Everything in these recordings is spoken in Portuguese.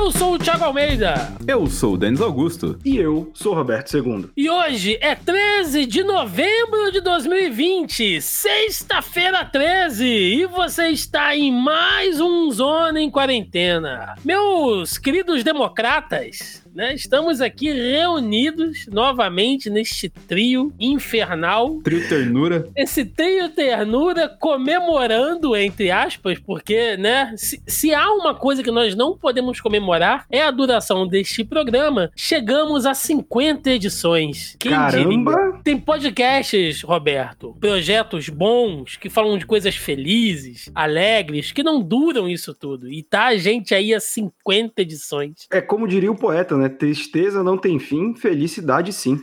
Eu sou o Thiago Almeida. Eu sou o Denis Augusto. E eu sou o Roberto II. E hoje é 13 de novembro de 2020, sexta-feira 13, e você está em mais um Zona em Quarentena. Meus queridos democratas, né, estamos aqui reunidos novamente neste trio infernal. Trio Ternura. Esse trio Ternura comemorando, entre aspas, porque, né, se há uma coisa que nós não podemos comemorar é a duração deste programa. Chegamos a 50 edições. Quem Caramba! diria? Tem podcasts, Roberto, projetos bons, que falam de coisas felizes, alegres, que não duram isso tudo. E tá a gente aí a 50 edições. É como diria o poeta, né? Tristeza não tem fim, felicidade sim.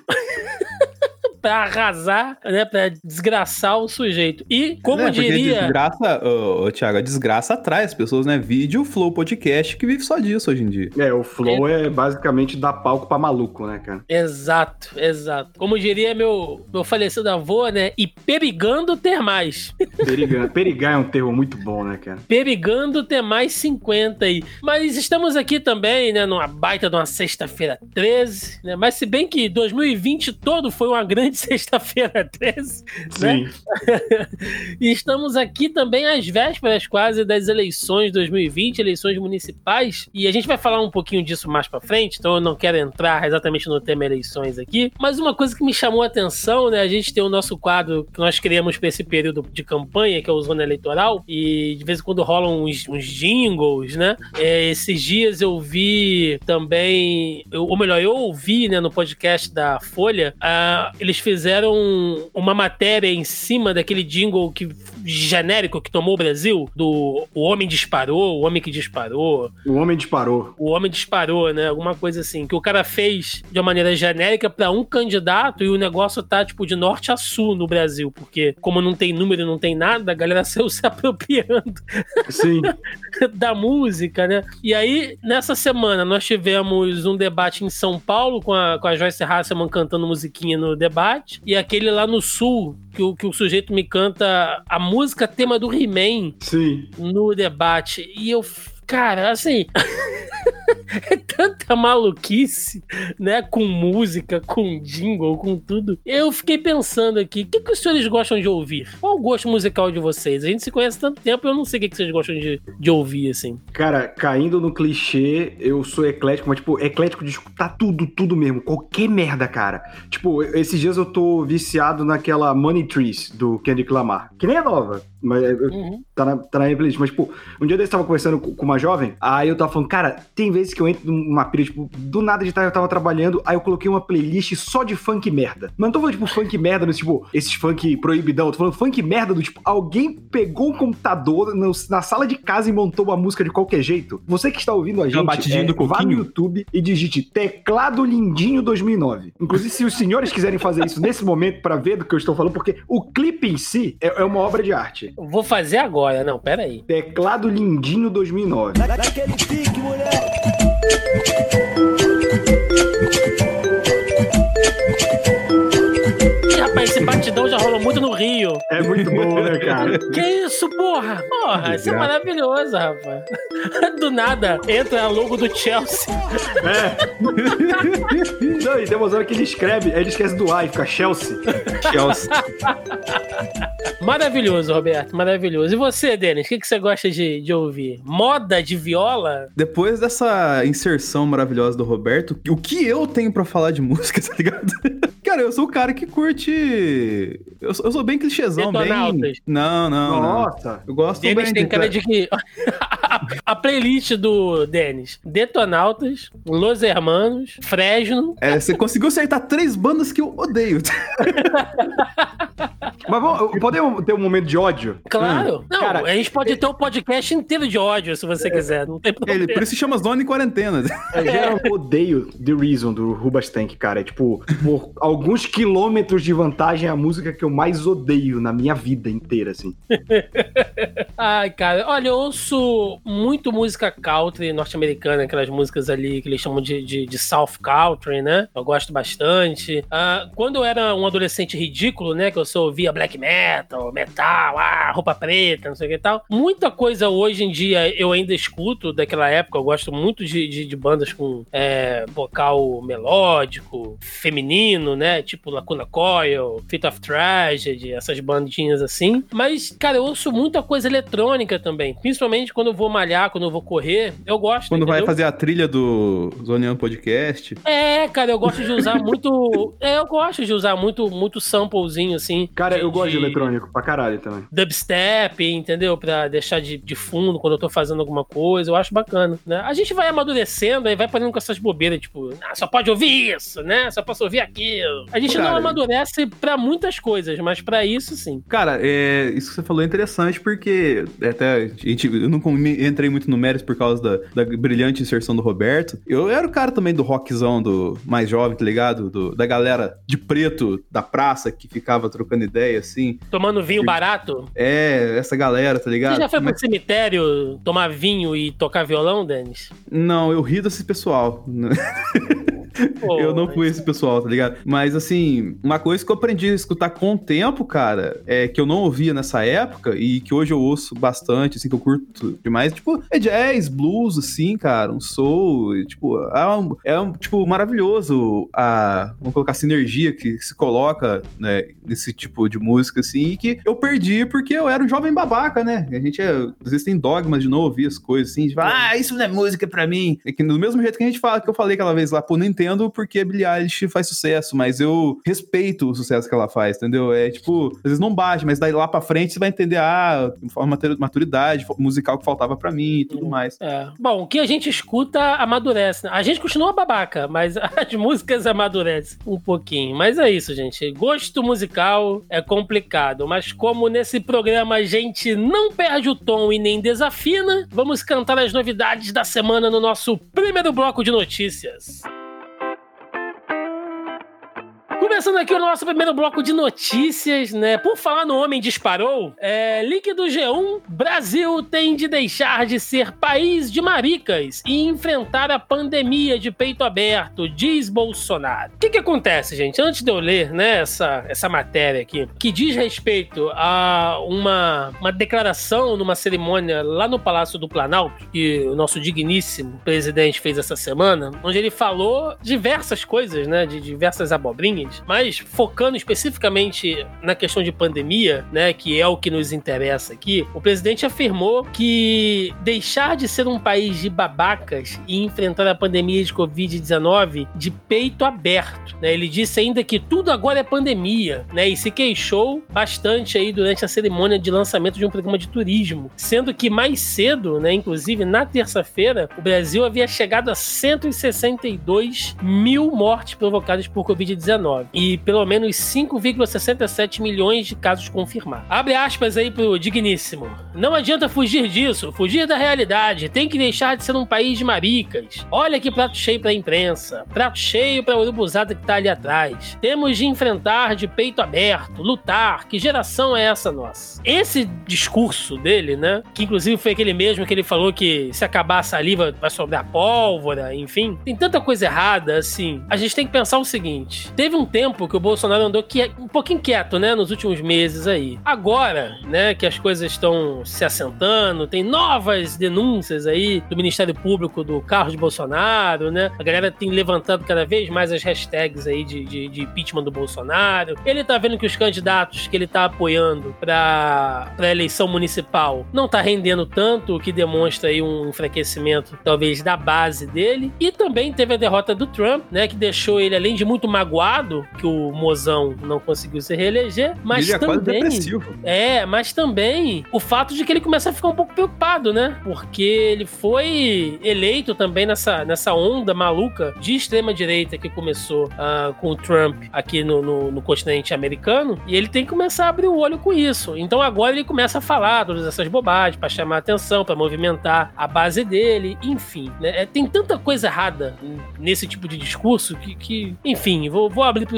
Pra arrasar, né? Pra desgraçar o sujeito. E, como diria... Desgraça, Thiago, a desgraça atrai as pessoas, né? Vídeo Flow Podcast que vive só disso hoje em dia. O Flow é basicamente dar palco pra maluco, né, cara? Exato. Como diria meu falecido avô, né? E perigando ter mais. Perigar é um termo muito bom, né, cara? Perigando ter mais 50 aí. Mas estamos aqui também, né? Numa baita de uma sexta-feira 13, né? Mas se bem que 2020 todo foi uma grande sexta-feira 13, né? Sim. E estamos aqui também às vésperas quase das eleições de 2020, eleições municipais, e a gente vai falar um pouquinho disso mais pra frente, então eu não quero entrar exatamente no tema eleições aqui, mas uma coisa que me chamou a atenção, né, a gente tem o nosso quadro que nós criamos pra esse período de campanha, que é o Zona Eleitoral, e de vez em quando rolam uns jingles, né? Esses dias eu vi também, eu ouvi, né, no podcast da Folha, eles fizeram uma matéria em cima daquele jingle genérico que tomou o Brasil, do O Homem Disparou, O Homem que Disparou. O Homem Disparou. O Homem Disparou, né? Alguma coisa assim, que o cara fez de uma maneira genérica pra um candidato e o negócio tá, tipo, de norte a sul no Brasil, porque como não tem número, não tem nada, a galera saiu se apropriando. Sim. Da música, né? E aí, nessa semana, nós tivemos um debate em São Paulo com a Joyce Hasselman cantando musiquinha no debate, e aquele lá no sul, que o sujeito me canta a música tema do He-Man. Sim. No debate. E eu, cara, assim... É tanta maluquice, né? Com música, com jingle, com tudo. Eu fiquei pensando aqui, o que os senhores gostam de ouvir? Qual o gosto musical de vocês? A gente se conhece há tanto tempo, eu não sei o que vocês gostam de ouvir, assim. Cara, caindo no clichê, eu sou eclético, mas, tipo, eclético de escutar tudo mesmo. Qualquer merda, cara. Tipo, esses dias eu tô viciado naquela Money Trees, do Kendrick Lamar. Que nem é nova, mas tá na minha playlist. Mas, tipo, um dia desse eu tava conversando com uma jovem, aí eu tava falando, cara, tem vezes que eu entro numa pilha, tipo, do nada de tarde eu tava trabalhando, aí eu coloquei uma playlist só de funk merda. Mas não tô falando, tipo, funk merda, mas, tipo, esses funk proibidão. Eu tô falando funk merda do, tipo, alguém pegou um computador na sala de casa e montou uma música de qualquer jeito. Você que está ouvindo a gente, vá no YouTube e digite Teclado Lindinho 2009. Inclusive, se os senhores quiserem fazer isso nesse momento pra ver do que eu estou falando, porque o clipe em si é uma obra de arte. Vou fazer agora, não, pera aí. Teclado Lindinho 2009. Daquele pique, mulher. Ih, rapaz, esse batidão já rolou muito no Rio. É muito bom, né, cara? Que isso, porra? Porra, isso é maravilhoso, rapaz. Do nada, entra a logo do Chelsea. Não, e tem umas horas que ele esquece do A e fica Chelsea. Maravilhoso, Roberto, maravilhoso. E você, Denis, o que você gosta de ouvir? Moda de viola? Depois dessa inserção maravilhosa do Roberto, o que eu tenho pra falar de música, tá ligado? Cara, eu sou o cara que curte... Eu sou bem clichêzão, Detonautas. bem... Não. Nossa. Eu gosto bem... Denis tem cara de que... A playlist do Denis: Detonautas, Los Hermanos, Fresno. Você conseguiu acertar 3 bandas que eu odeio. Mas podemos ter um momento de ódio? Claro. Não, cara, a gente pode ter um podcast inteiro de ódio, se você quiser. Não tem problema. Por isso se chama Zona em Quarentena. Eu odeio The Reason, do Rubastank, cara. É tipo, por alguns quilômetros de vantagem, a música que eu mais odeio na minha vida inteira, assim. Ai, cara, olha, eu ouço muito música country norte-americana, aquelas músicas ali que eles chamam de South Country, né? Eu gosto bastante. Quando eu era um adolescente ridículo, né, que eu só ouvia black metal, roupa preta, não sei o que e tal. Muita coisa hoje em dia eu ainda escuto daquela época, eu gosto muito de bandas com vocal melódico, feminino, né? Tipo Lacuna Coil, Feet of Tragedy, essas bandinhas assim. Mas, cara, eu ouço muita coisa eletrônica também. Principalmente quando eu vou malhar, quando eu vou correr, eu gosto. Quando entendeu? vai fazer a trilha do Zoneando Podcast. Cara, eu gosto de usar muito... eu gosto de usar muito samplezinho, assim. Cara, eu gosto de eletrônico pra caralho também. Dubstep, entendeu? Pra deixar de fundo quando eu tô fazendo alguma coisa. Eu acho bacana, né? A gente vai amadurecendo e vai parando com essas bobeiras, tipo, só pode ouvir isso, né? Só posso ouvir aquilo. A gente não amadurece pra muitas coisas, mas pra isso, sim. Cara, isso que você falou é interessante porque até eu não entrei muito no mérito por causa da brilhante inserção do Roberto. Eu era o cara também do rockzão do mais jovem, tá ligado? Da galera de preto da praça que ficava trocando ideia, assim. Tomando vinho barato? Essa galera, tá ligado? Você já foi pro cemitério tomar vinho e tocar violão, Denis? Não, eu ri desse pessoal. Pô, eu não fui esse pessoal, tá ligado? Mas, assim, uma coisa que eu aprendi a escutar com o tempo, cara, que eu não ouvia nessa época e que hoje eu ouço bastante, assim, que eu curto demais, tipo, é jazz, blues, assim, cara, um soul, tipo, tipo, maravilhoso vamos colocar, a sinergia que se coloca, né, nesse tipo de música, assim, e que eu perdi porque eu era um jovem babaca, né? A gente, às vezes, tem dogmas de não ouvir as coisas, assim, de falar, isso não é música pra mim. É que do mesmo jeito que a gente fala, que eu falei aquela vez lá, pô, não entendo porque Billie Eilish faz sucesso, mas eu respeito o sucesso que ela faz, entendeu? Tipo, às vezes não bate, mas daí lá pra frente você vai entender, uma maturidade musical que faltava pra mim e tudo mais. Bom, o que a gente escuta amadurece, né? A gente continua babaca, mas as músicas amadurecem um pouquinho. Mas é isso, gente. Gosto musical é complicado, mas como nesse programa a gente não perde o tom e nem desafina, vamos cantar as novidades da semana no nosso primeiro bloco de notícias. Começando aqui o nosso primeiro bloco de notícias, né? Por falar no Homem Disparou, link do G1, Brasil tem de deixar de ser país de maricas e enfrentar a pandemia de peito aberto, diz Bolsonaro. O que acontece, gente? Antes de eu ler, né, essa matéria aqui, que diz respeito a uma declaração numa cerimônia lá no Palácio do Planalto, que o nosso digníssimo presidente fez essa semana, onde ele falou diversas coisas, né, de diversas abobrinhas, mas focando especificamente na questão de pandemia, né, que é o que nos interessa aqui, o presidente afirmou que deixar de ser um país de babacas e enfrentar a pandemia de Covid-19 de peito aberto, né? Ele disse ainda que tudo agora é pandemia, né, e se queixou bastante aí durante a cerimônia de lançamento de um programa de turismo, sendo que mais cedo, né, inclusive na terça-feira, o Brasil havia chegado a 162 mil mortes provocadas por Covid-19. E pelo menos 5,67 milhões de casos confirmados. Abre aspas aí pro digníssimo. Não adianta fugir disso, fugir da realidade. Tem que deixar de ser um país de maricas. Olha que prato cheio pra imprensa. Prato cheio pra urubuzada que tá ali atrás. Temos de enfrentar de peito aberto, lutar. Que geração é essa nossa? Esse discurso dele, né? Que inclusive foi aquele mesmo que ele falou que se acabar a saliva vai sobrar pólvora, enfim. Tem tanta coisa errada, assim. A gente tem que pensar o seguinte. Teve um tempo que o Bolsonaro andou um pouquinho quieto, né, nos últimos meses aí. Agora, né, que as coisas estão se assentando, tem novas denúncias aí do Ministério Público do Carlos Bolsonaro, né, a galera tem levantado cada vez mais as hashtags aí de impeachment do Bolsonaro. Ele tá vendo que os candidatos que ele tá apoiando pra eleição municipal não tá rendendo tanto, o que demonstra aí um enfraquecimento, talvez, da base dele. E também teve a derrota do Trump, né, que deixou ele, além de muito magoado, que o mozão não conseguiu se reeleger, mas ele também... quase depressivo. Mas também o fato de que ele começa a ficar um pouco preocupado, né? Porque ele foi eleito também nessa onda maluca de extrema-direita que começou com o Trump aqui no continente americano, e ele tem que começar a abrir o olho com isso. Então agora ele começa a falar todas essas bobagens pra chamar a atenção, pra movimentar a base dele, enfim, né? Tem tanta coisa errada nesse tipo de discurso que enfim, vou abrir pro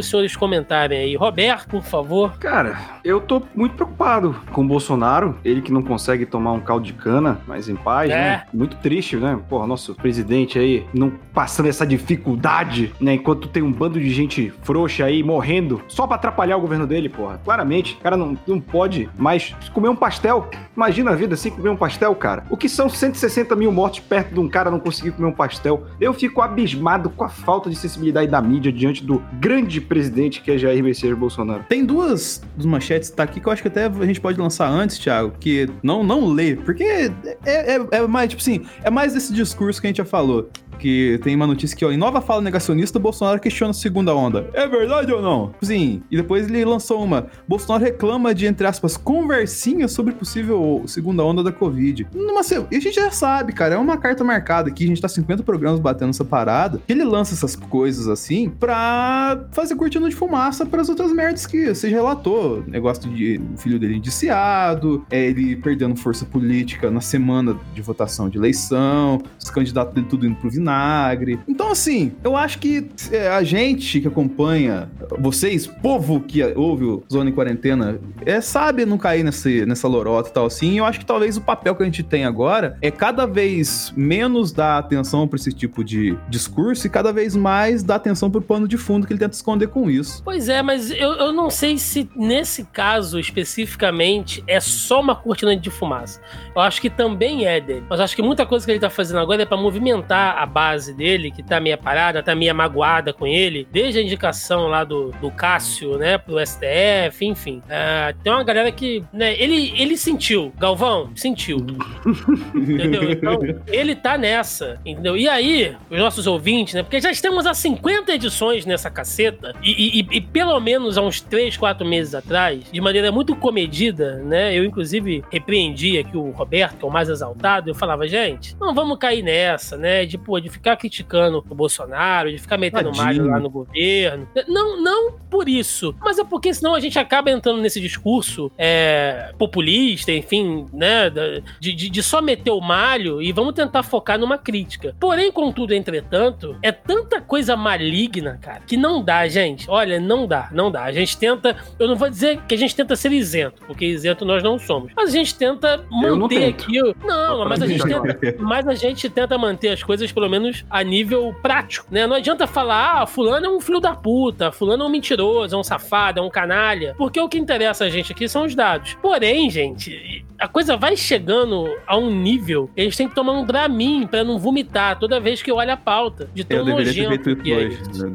os senhores comentarem aí. Roberto, por favor. Cara, eu tô muito preocupado com o Bolsonaro, ele que não consegue tomar um caldo de cana, mas em paz, né? Muito triste, né? Porra, nosso presidente aí não passando essa dificuldade, né? Enquanto tem um bando de gente frouxa aí morrendo só pra atrapalhar o governo dele, porra. Claramente, o cara não pode mais comer um pastel. Imagina a vida sem comer um pastel, cara. O que são 160 mil mortes perto de um cara não conseguir comer um pastel? Eu fico abismado com a falta de sensibilidade da mídia diante do grande presidente que é Jair Messias Bolsonaro. Tem duas manchetes que tá aqui que eu acho que até a gente pode lançar antes, Thiago, que não lê, porque é mais, tipo assim, é mais esse discurso que a gente já falou. Que tem uma notícia que, ó, em nova fala negacionista, Bolsonaro questiona a segunda onda. É verdade ou não? Sim. E depois ele lançou uma. Bolsonaro reclama de, entre aspas, conversinha sobre possível segunda onda da Covid. E a gente já sabe, cara, é uma carta marcada aqui, a gente tá 50 programas batendo essa parada, que ele lança essas coisas assim pra fazer cortina de fumaça pras outras merdas que você já relatou. Negócio de o filho dele indiciado, ele perdendo força política na semana de votação de eleição, os candidatos dele tudo indo pro vinagre. Então, assim, eu acho que a gente que acompanha, vocês, povo que ouve o Zona em Quarentena, sabe não cair nessa lorota e tal, assim. Eu acho que talvez o papel que a gente tem agora é cada vez menos dar atenção pra esse tipo de discurso e cada vez mais dar atenção pro pano de fundo que ele tenta esconder com isso. Pois é, mas eu não sei se nesse caso especificamente é só uma cortina de fumaça. Eu acho que também é dele. Mas acho que muita coisa que ele tá fazendo agora é pra movimentar a base dele, que tá meio parada, tá meio magoada com ele, desde a indicação lá do Cássio, né, pro STF, enfim. Tem uma galera que, né, ele sentiu, Galvão, sentiu. Entendeu? Então, ele tá nessa, entendeu? E aí, os nossos ouvintes, né, porque já estamos há 50 edições nessa caceta, e pelo menos há uns 3, 4 meses atrás, de maneira muito comedida, né, eu inclusive repreendi aqui o Roberto, que é o mais exaltado, eu falava, gente, não vamos cair nessa, né, de ficar criticando o Bolsonaro, de ficar metendo malho lá no governo. Não por isso, mas é porque senão a gente acaba entrando nesse discurso populista, enfim, né, de só meter o malho e vamos tentar focar numa crítica. Porém, contudo, entretanto, é tanta coisa maligna, cara, que não dá, gente. Olha, não dá. A gente tenta, eu não vou dizer que a gente tenta ser isento, porque isento nós não somos, mas a gente tenta manter aqui... Não, mas a gente tenta manter as coisas pelo menos a nível prático, né? Não adianta falar, fulano é um filho da puta, fulano é um mentiroso, é um safado, é um canalha, porque o que interessa a gente aqui são os dados. Porém, gente, a coisa vai chegando a um nível que a gente tem que tomar um Dramin pra não vomitar toda vez que olha a pauta, de tão nojento que é isso.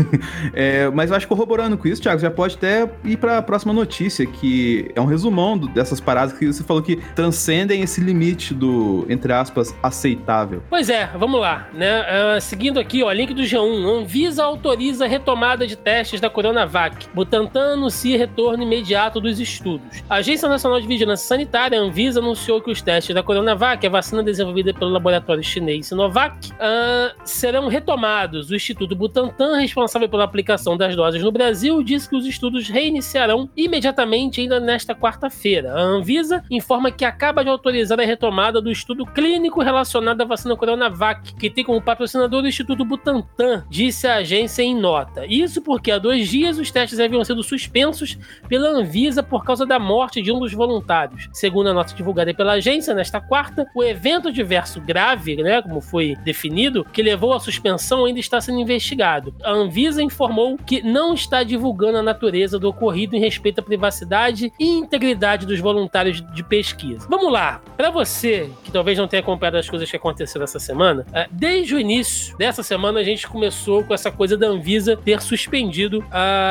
Mas eu acho que corroborando com isso, Thiago, já pode até ir pra próxima notícia, que é um resumão dessas paradas que você falou que transcendem esse limite do, entre aspas, aceitável. Pois é, vamos lá, né? Seguindo aqui, ó, link do G1. Anvisa autoriza a retomada de testes da Coronavac. Butantan anuncia retorno imediato dos estudos. A Agência Nacional de Vigilância Sanitária, Anvisa, anunciou que os testes da Coronavac, a vacina desenvolvida pelo laboratório chinês Sinovac, serão retomados. O Instituto Butantan, responsável pela aplicação das doses no Brasil, disse que os estudos reiniciarão imediatamente ainda nesta quarta-feira. A Anvisa informa que acaba de autorizar a retomada do estudo clínico relacionado à vacina Coronavac, que tem como patrocinador o Instituto Butantan, disse a agência em nota. Isso porque há 2 dias os testes haviam sido suspensos pela Anvisa por causa da morte de um dos voluntários. Segundo a nota divulgada pela agência, nesta quarta, o evento adverso grave, né, como foi definido, que levou à suspensão ainda está sendo investigado. A Anvisa informou que não está divulgando a natureza do ocorrido em respeito à privacidade e integridade dos voluntários de pesquisa. Vamos lá, para você que talvez não tenha acompanhado as coisas que aconteceram essa semana, desde o início dessa semana a gente começou com essa coisa da Anvisa ter suspendido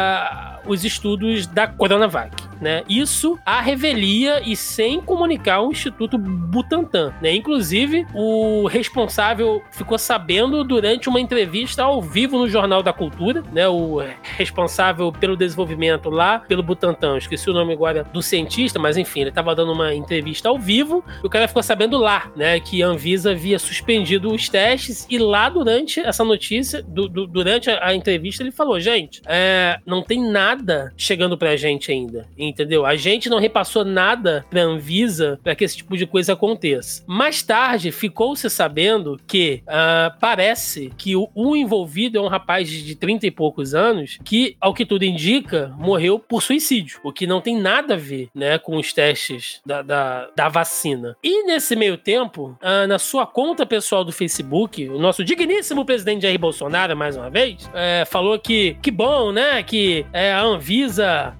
os estudos da Coronavac, né? Isso à revelia e sem comunicar o Instituto Butantan, né? Inclusive, o responsável ficou sabendo durante uma entrevista ao vivo no Jornal da Cultura, né? O responsável pelo desenvolvimento lá, pelo Butantan, esqueci o nome agora do cientista, mas enfim, ele estava dando uma entrevista ao vivo e o cara ficou sabendo lá, né? Que a Anvisa havia suspendido os testes e lá durante essa notícia, durante a entrevista, ele falou, gente, não tem nada nada chegando pra gente ainda, entendeu? A gente não repassou nada pra Anvisa pra que esse tipo de coisa aconteça. Mais tarde, ficou-se sabendo que parece que o envolvido é um rapaz de 30 e poucos anos que, ao que tudo indica, morreu por suicídio, o que não tem nada a ver, né, com os testes da vacina. E nesse meio tempo, na sua conta pessoal do Facebook, o nosso digníssimo presidente Jair Bolsonaro, mais uma vez, falou que bom, né, que a Anvisa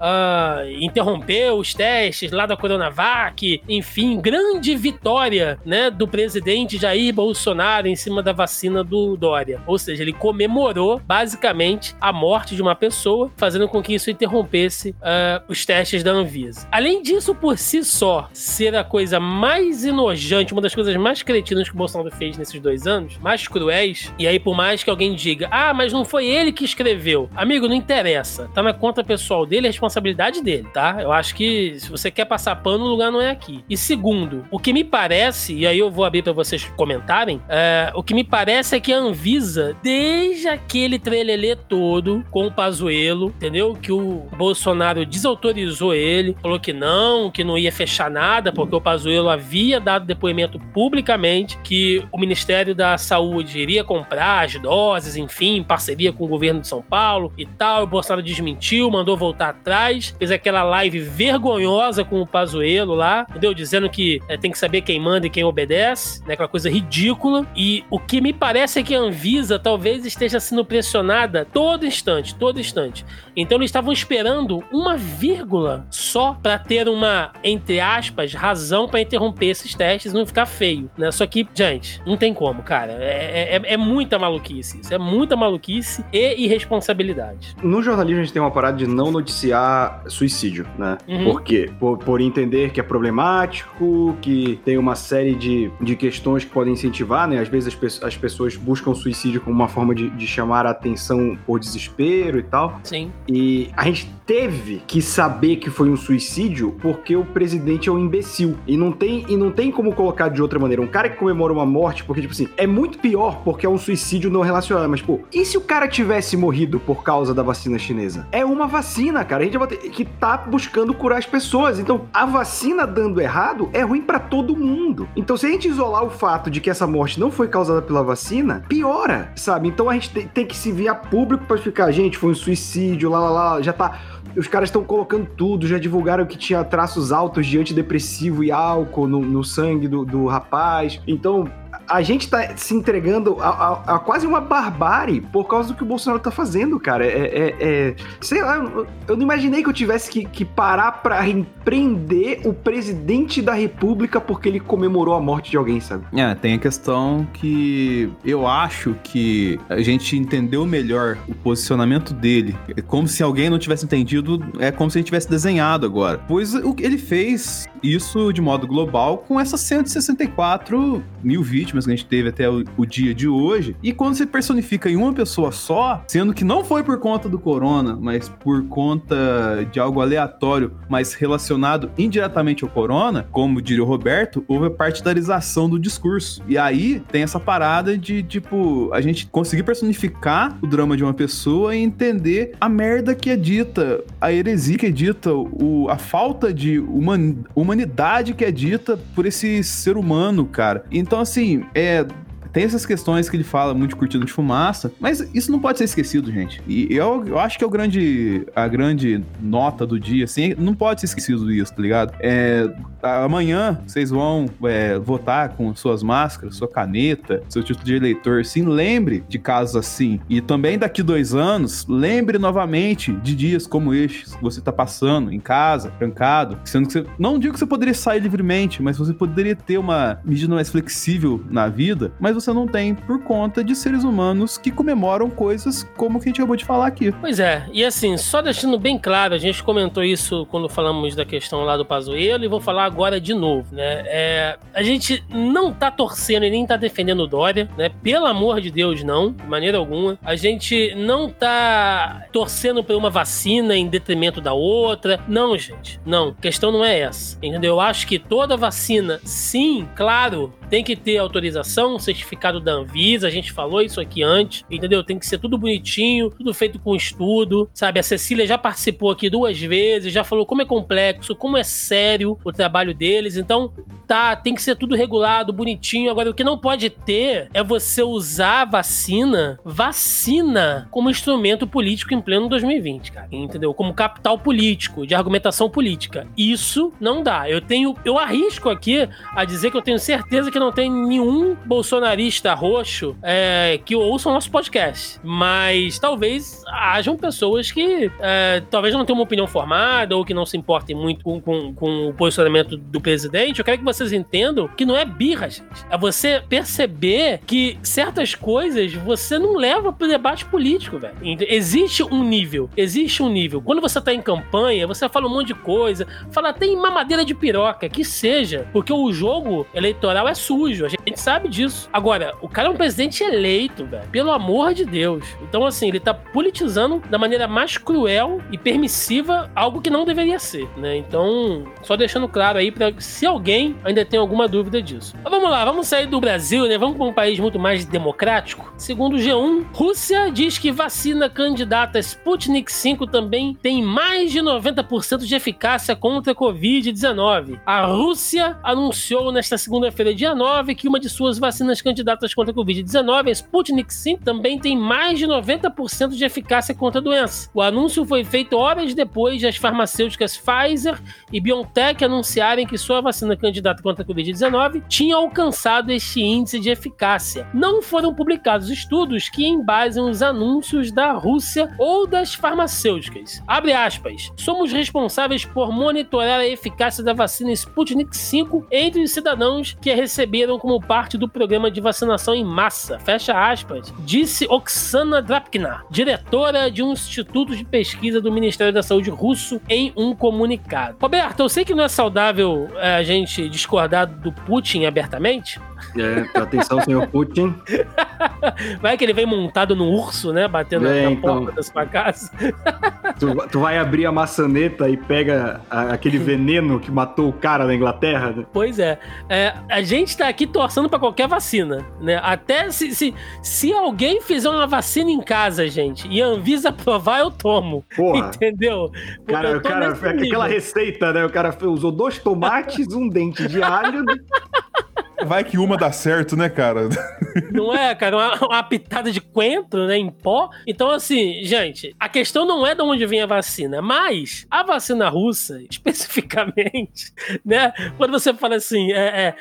interrompeu os testes lá da Coronavac, enfim, grande vitória, né, do presidente Jair Bolsonaro em cima da vacina do Dória. Ou seja, ele comemorou, basicamente, a morte de uma pessoa, fazendo com que isso interrompesse os testes da Anvisa. Além disso, por si só, ser a coisa mais enojante, uma das coisas mais cretinas que o Bolsonaro fez nesses 2 anos, mais cruéis, e aí por mais que alguém diga, mas não foi ele que escreveu. Amigo, não interessa. Tá na conta pessoal dele, é responsabilidade dele, tá? Eu acho que se você quer passar pano, o lugar não é aqui. E segundo, o que me parece, e aí eu vou abrir pra vocês comentarem, o que me parece é que a Anvisa, desde aquele trelelê todo com o Pazuello, entendeu? Que o Bolsonaro desautorizou ele, falou que não ia fechar nada, porque o Pazuello havia dado depoimento publicamente que o Ministério da Saúde iria comprar as doses, enfim, em parceria com o governo de São Paulo e tal. O Bolsonaro desmentiu, mandou voltar atrás, fez aquela live vergonhosa com o Pazuello lá, entendeu? Dizendo que tem que saber quem manda e quem obedece, né? Aquela coisa ridícula. E o que me parece é que a Anvisa talvez esteja sendo pressionada todo instante. Então eles estavam esperando uma vírgula só pra ter uma, entre aspas, razão pra interromper esses testes e não ficar feio, né? Só que, gente, não tem como, cara. É muita maluquice isso. É muita maluquice e irresponsabilidade. No jornalismo a gente tem uma parada de não noticiar suicídio, né? Por quê? Por entender que é problemático, que tem uma série de questões que podem incentivar, né? Às vezes as pessoas buscam suicídio como uma forma de chamar a atenção por desespero e tal. Sim. E a gente teve que saber que foi um suicídio porque o presidente é um imbecil. E não tem como colocar de outra maneira. Um cara que comemora uma morte, porque, tipo assim, é muito pior porque é um suicídio não relacionado. Mas, pô, e se o cara tivesse morrido por causa da vacina chinesa? É uma vacina, cara. A gente vai ter que tá buscando curar as pessoas. Então, a vacina dando errado é ruim pra todo mundo. Então, se a gente isolar o fato de que essa morte não foi causada pela vacina, piora, sabe? Então, a gente tem que se vir a público pra explicar, gente, foi um suicídio, já tá... Os caras estão colocando tudo, já divulgaram que tinha traços altos de antidepressivo e álcool no sangue do rapaz. Então, a gente tá se entregando a quase uma barbárie por causa do que o Bolsonaro tá fazendo, cara. Sei lá, eu não imaginei que eu tivesse que parar pra repreender o presidente da república porque ele comemorou a morte de alguém, sabe? Tem a questão que eu acho que a gente entendeu melhor o posicionamento dele. É como se alguém não tivesse entendido, é como se a gente tivesse desenhado agora. Pois ele fez isso de modo global com essas 164 mil vítimas que a gente teve até o dia de hoje. E quando você personifica em uma pessoa só, sendo que não foi por conta do corona, mas por conta de algo aleatório, mas relacionado indiretamente ao corona, como diria o Roberto, houve a partidarização do discurso. E aí tem essa parada de, tipo, a gente conseguir personificar o drama de uma pessoa e entender a merda que é dita, a heresia que é dita, a falta de humanidade que é dita por esse ser humano, cara. Então, assim, tem essas questões que ele fala muito de cortina de fumaça, mas isso não pode ser esquecido, gente. E eu acho que é a grande nota do dia, assim, não pode ser esquecido isso, tá ligado? Amanhã vocês vão votar com suas máscaras, sua caneta, seu título de eleitor, sim, lembre de casos assim. E também daqui 2 anos, lembre novamente de dias como estes que você tá passando em casa, trancado, sendo que não digo que você poderia sair livremente, mas você poderia ter uma medida mais flexível na vida, mas você não tem por conta de seres humanos que comemoram coisas como que a gente acabou de falar aqui. Pois é, e assim, só deixando bem claro, a gente comentou isso quando falamos da questão lá do Pazuello e vou falar agora de novo, né? A gente não tá torcendo e nem tá defendendo o Dória, né? Pelo amor de Deus, não, de maneira alguma. A gente não tá torcendo por uma vacina em detrimento da outra. Não, gente, não. A questão não é essa, entendeu? Eu acho que toda vacina, sim, claro, tem que ter autorização, certificação certificado da Anvisa, a gente falou isso aqui antes, entendeu? Tem que ser tudo bonitinho, tudo feito com estudo, sabe? A Cecília já participou aqui 2 vezes, já falou como é complexo, como é sério o trabalho deles, então tem que ser tudo regulado, bonitinho. Agora, o que não pode ter é você usar vacina como instrumento político em pleno 2020, cara, entendeu? Como capital político, de argumentação política. Isso não dá. Eu arrisco aqui a dizer que eu tenho certeza que não tem nenhum bolsonarista roxo que ouça o nosso podcast. Mas talvez hajam pessoas que talvez não tenham uma opinião formada ou que não se importem muito com o posicionamento do presidente. Eu quero que vocês entendam que não é birra, gente. É você perceber que certas coisas você não leva pro debate político, velho. Existe um nível. Quando você tá em campanha, você fala um monte de coisa, fala tem mamadeira de piroca, que seja, porque o jogo eleitoral é sujo, a gente sabe disso. Agora, o cara é um presidente eleito, velho, pelo amor de Deus. Então, assim, ele tá politizando da maneira mais cruel e permissiva algo que não deveria ser, né? Então, só deixando claro aí, se alguém ainda tem alguma dúvida disso. Mas vamos lá, vamos sair do Brasil, né? Vamos para um país muito mais democrático. Segundo o G1, Rússia diz que vacina candidata Sputnik V também tem mais de 90% de eficácia contra a Covid-19. A Rússia anunciou nesta segunda-feira, dia 9, que uma de suas vacinas candidatas contra a Covid-19, a Sputnik V, também tem mais de 90% de eficácia contra a doença. O anúncio foi feito horas depois de as farmacêuticas Pfizer e BioNTech anunciarem que sua vacina candidata contra a Covid-19 tinha alcançado este índice de eficácia. Não foram publicados estudos que embasem os anúncios da Rússia ou das farmacêuticas. Abre aspas. Somos responsáveis por monitorar a eficácia da vacina Sputnik V entre os cidadãos que a receberam como parte do programa de vacinação em massa. Fecha aspas. Disse Oksana Drapkina, diretora de um instituto de pesquisa do Ministério da Saúde russo, em um comunicado. Roberto, eu sei que não é saudável a gente discordar do Putin abertamente. Atenção, senhor Putin. Vai que ele vem montado no urso, né? Batendo na porta da sua casa. Tu vai abrir a maçaneta e pega aquele veneno que matou o cara na Inglaterra, né? Pois é. A gente tá aqui torcendo pra qualquer vacina, né? Até se alguém fizer uma vacina em casa, gente, e a Anvisa aprovar, eu tomo. Porra. Entendeu? Cara, aquela receita, né? O cara usou 2 tomates, um dente de alho. Vai que uma dá certo, né, cara? Não é, cara? Uma pitada de coentro, né, em pó. Então, assim, gente, a questão não é de onde vem a vacina, mas a vacina russa, especificamente, né? Quando você fala assim,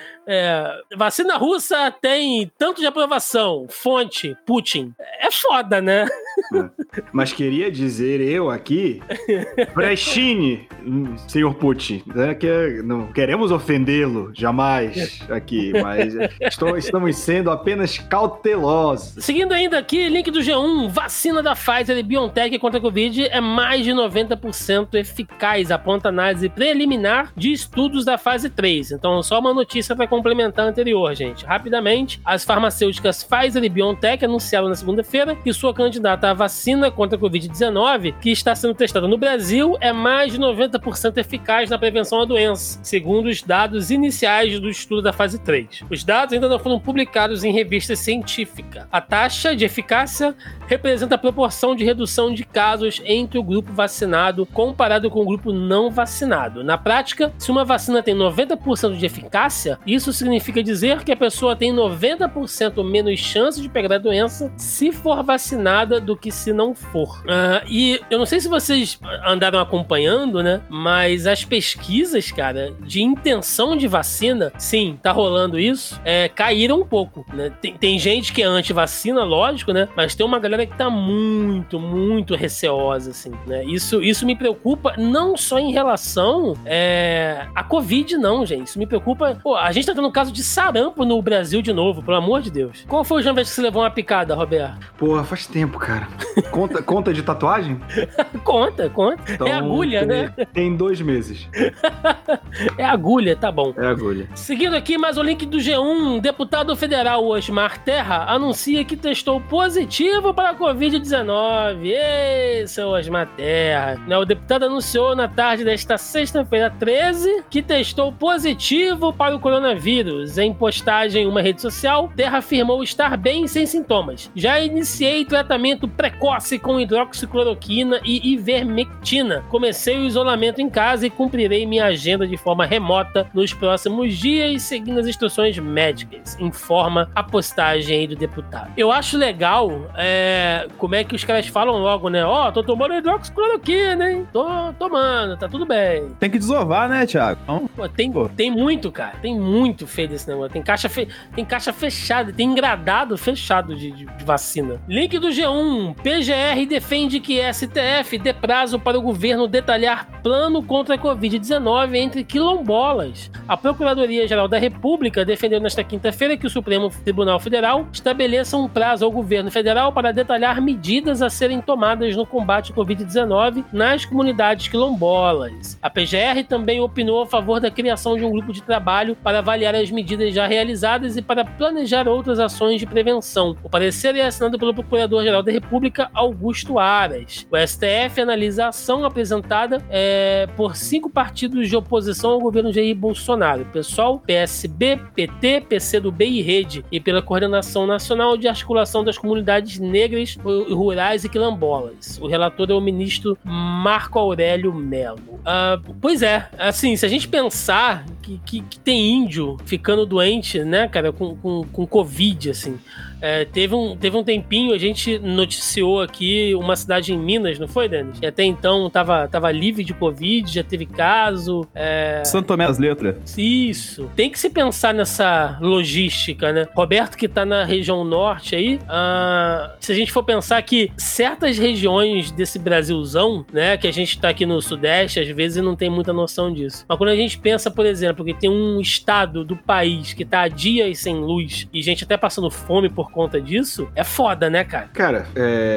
vacina russa tem tanto de aprovação, fonte, Putin. É foda, né? Mas queria dizer eu aqui, Prechine, senhor Putin, né, que não queremos ofendê-lo, jamais aqui, mas estamos sendo apenas cautelosos. Seguindo ainda aqui, link do G1, vacina da Pfizer e BioNTech contra a Covid é mais de 90% eficaz, aponta análise preliminar de estudos da fase 3. Então, só uma notícia para complementar a anterior, gente. Rapidamente, as farmacêuticas Pfizer e BioNTech anunciaram na segunda-feira que sua candidata à vacina contra a Covid-19, que está sendo testada no Brasil, é mais de 90% eficaz na prevenção da doença, segundo os dados iniciais do estudo da fase 3. Os dados ainda não foram publicados em revista científica. A taxa de eficácia representa a proporção de redução de casos entre o grupo vacinado comparado com o grupo não vacinado. Na prática, se uma vacina tem 90% de eficácia, isso significa dizer que a pessoa tem 90% menos chance de pegar a doença se for vacinada do que se não for. E eu não sei se vocês andaram acompanhando, né? Mas as pesquisas, cara, de intenção de vacina, sim, tá rolando isso, caíram um pouco, né? Tem gente que é anti-vacina, lógico, né? Mas tem uma galera que tá muito, muito receosa, assim, né? Isso me preocupa não só em relação à Covid, não, gente. Isso me preocupa... Pô, a gente tá tendo um caso de sarampo no Brasil de novo, pelo amor de Deus. Qual foi a última vez que você levou uma picada, Roberto? Porra, faz tempo, cara. Conta de tatuagem? Conta. Então, é agulha, né? Tem 2 meses. É agulha, tá bom. É agulha. Seguindo aqui, mais o link do G1. Deputado federal Osmar Terra anuncia que testou positivo para a Covid-19. Ei, seu Osmar Terra. O deputado anunciou na tarde desta sexta-feira 13 que testou positivo para o coronavírus. Em postagem em uma rede social, Terra afirmou estar bem sem sintomas. Já iniciei tratamento precoce com hidroxicloroquina e ivermectina. Comecei o isolamento em casa e cumprirei minha agenda de forma remota nos próximos dias, seguindo as instruções médicas, informa a postagem aí do deputado. Eu acho legal como é que os caras falam logo, né? Tô tomando hidroxicloroquina, hein? Tô tomando, tá tudo bem. Tem que desovar, né, Thiago? Pô, tem muito, cara. Tem muito feio desse negócio. Tem caixa fechada, tem engradado fechado de vacina. Link do G1. PGR defende que STF dê prazo para o governo detalhar plano contra a Covid-19 entre quilombolas. A Procuradoria-Geral da República defendeu nesta quinta-feira que o Supremo Tribunal Federal estabeleça um prazo ao governo federal para detalhar medidas a serem tomadas no combate à Covid-19 nas comunidades quilombolas. A PGR também opinou a favor da criação de um grupo de trabalho para avaliar as medidas já realizadas e para planejar outras ações de prevenção. O parecer é assinado pelo Procurador-Geral da República, Augusto Aras. O STF analisa a ação apresentada por 5 partidos de oposição ao governo Jair Bolsonaro: PSOL, PSB, PT, PCdoB e Rede, e pela Coordenação Nacional de Articulação das Comunidades Negras, Rurais e Quilombolas. O relator é o ministro Marco Aurélio Mello. Pois é, assim, se a gente pensar que tem índio ficando doente, né, cara, com Covid, assim. Teve um tempinho, a gente noticiou aqui uma cidade em Minas, não foi, Denis? E até então tava livre de Covid, já teve caso. Santo Tomé das Letras. Isso. Tem que se pensar nessa logística, né? Roberto, que tá na região norte aí, se a gente for pensar que certas regiões desse Brasilzão, né, que a gente tá aqui no Sudeste, às vezes não tem muita noção disso. Mas quando a gente pensa, por exemplo, que tem um estado do país que tá há dias sem luz e gente até passando fome por conta disso, é foda, né, cara? Cara,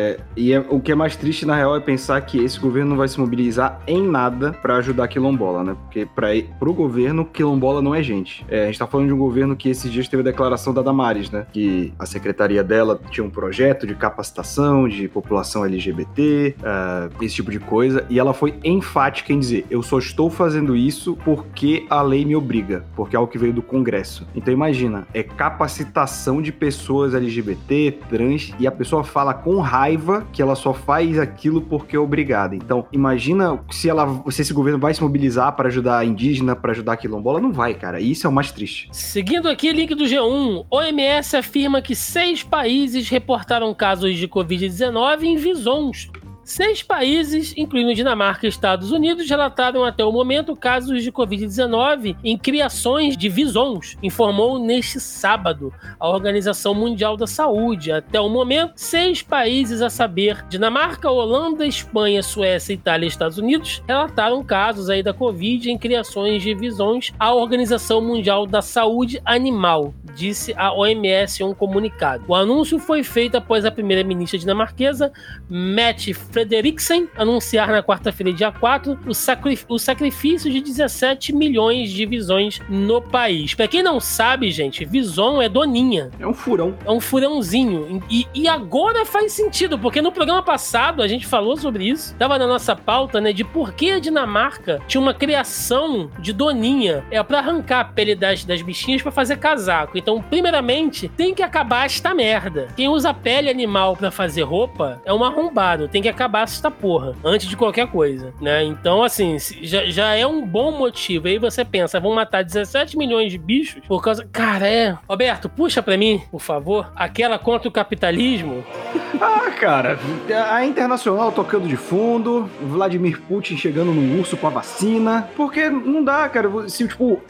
o que é mais triste, na real, é pensar que esse governo não vai se mobilizar em nada pra ajudar a quilombola, né? Porque pro governo, quilombola não é gente. A gente tá falando de um governo que esses dias teve a declaração da Damares, né? Que a secretaria dela tinha um projeto de capacitação de população LGBT, esse tipo de coisa, e ela foi enfática em dizer: eu só estou fazendo isso porque a lei me obriga, porque é algo que veio do Congresso. Então imagina, capacitação de pessoas LGBT, trans, e a pessoa fala com raiva que ela só faz aquilo porque é obrigada. Então, imagina se esse governo vai se mobilizar para ajudar a indígena, para ajudar a quilombola. Não vai, cara. Isso é o mais triste. Seguindo aqui, link do G1. OMS afirma que 6 países reportaram casos de Covid-19 em visões. 6 países, incluindo Dinamarca e Estados Unidos, relataram até o momento casos de Covid-19 em criações de visões, informou neste sábado a Organização Mundial da Saúde. Até o momento, 6 países, a saber, Dinamarca, Holanda, Espanha, Suécia, Itália e Estados Unidos, relataram casos aí da Covid em criações de visões à Organização Mundial da Saúde Animal, disse a OMS em um comunicado. O anúncio foi feito após a primeira-ministra dinamarquesa, Mette Frederiksen, anunciar na quarta-feira, dia 4, o sacrifício de 17 milhões de visões no país. Pra quem não sabe, gente, visão é doninha. É um furão. É um furãozinho. E agora faz sentido, porque no programa passado a gente falou sobre isso, tava na nossa pauta, né, de por que a Dinamarca tinha uma criação de doninha. Pra arrancar a pele das bichinhas pra fazer casaco. Então, primeiramente, tem que acabar esta merda. Quem usa pele animal pra fazer roupa é um arrombado. Tem que acabar esta porra, antes de qualquer coisa, né? Então, assim, já é um bom motivo. Aí você pensa, vão matar 17 milhões de bichos por causa... Cara, Roberto, puxa pra mim, por favor, aquela contra o capitalismo. Cara, a Internacional tocando de fundo, Vladimir Putin chegando no urso com a vacina, porque não dá, cara, se,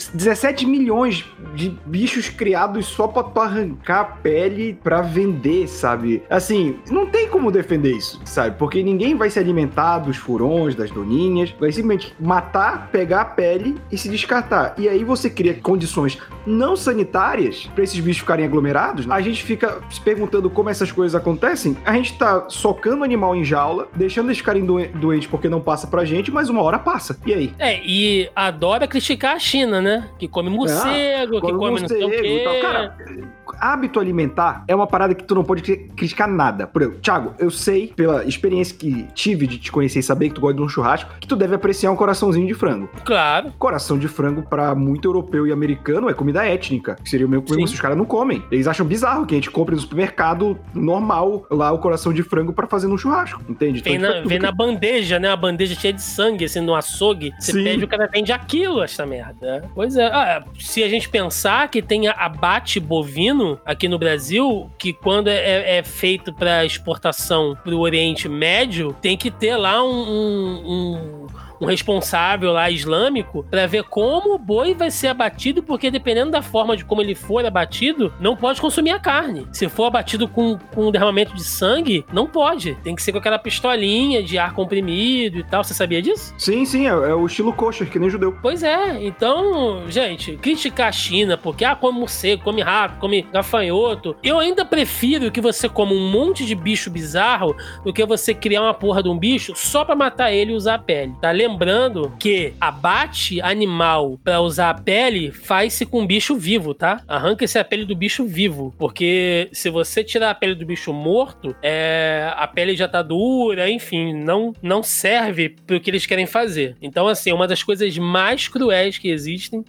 17 milhões de bichos criados só pra arrancar a pele pra vender, sabe? Assim, não tem como defender isso, sabe? Porque ninguém vai se alimentar dos furões, das doninhas, vai simplesmente matar, pegar a pele e se descartar. E aí você cria condições não sanitárias pra esses bichos ficarem aglomerados. A gente fica se perguntando como essas coisas acontecem. A gente tá socando o animal em jaula, deixando eles ficarem doentes porque não passa pra gente, mas uma hora passa. E aí? E adora criticar a China, né? Que come morcego, que come não sei o quê. Cara, hábito alimentar é uma parada que tu não pode criticar nada. Por exemplo, Thiago, eu sei, pela experiência que tive de te conhecer e saber que tu gosta de um churrasco, que tu deve apreciar um coraçãozinho de frango. Claro. Coração de frango, pra muito europeu e americano, é comida étnica. Que seria o meu problema se os caras não comem. Eles acham bizarro que a gente compre no supermercado normal lá o coração de frango pra fazer no churrasco, entende? Então, vem na bandeja, né? A bandeja cheia de sangue, assim, no açougue. Você pede, o cara vende aquilo, essa merda. Pois é. Se a gente pensar que tem abate bovino aqui no Brasil, que quando é feito para exportação para o Oriente Médio, tem que ter lá um responsável lá islâmico para ver como o boi vai ser abatido, porque dependendo da forma de como ele for abatido, não pode consumir a carne. Se for abatido com derramamento de sangue, não pode. Tem que ser com aquela pistolinha de ar comprimido e tal. Você sabia disso? Sim, é o estilo kosher, que nem judeu. Pois é. Então, gente, criticar a China porque, come morcego, come rato, come gafanhoto. Eu ainda prefiro que você coma um monte de bicho bizarro do que você criar uma porra de um bicho só pra matar ele e usar a pele, tá? Lembrando que abate animal pra usar a pele faz-se com bicho vivo, tá? Arranca-se a pele do bicho vivo, porque se você tirar a pele do bicho morto, a pele já tá dura, enfim, não serve pro que eles querem fazer. Então, assim, uma das coisas mais cruéis que existem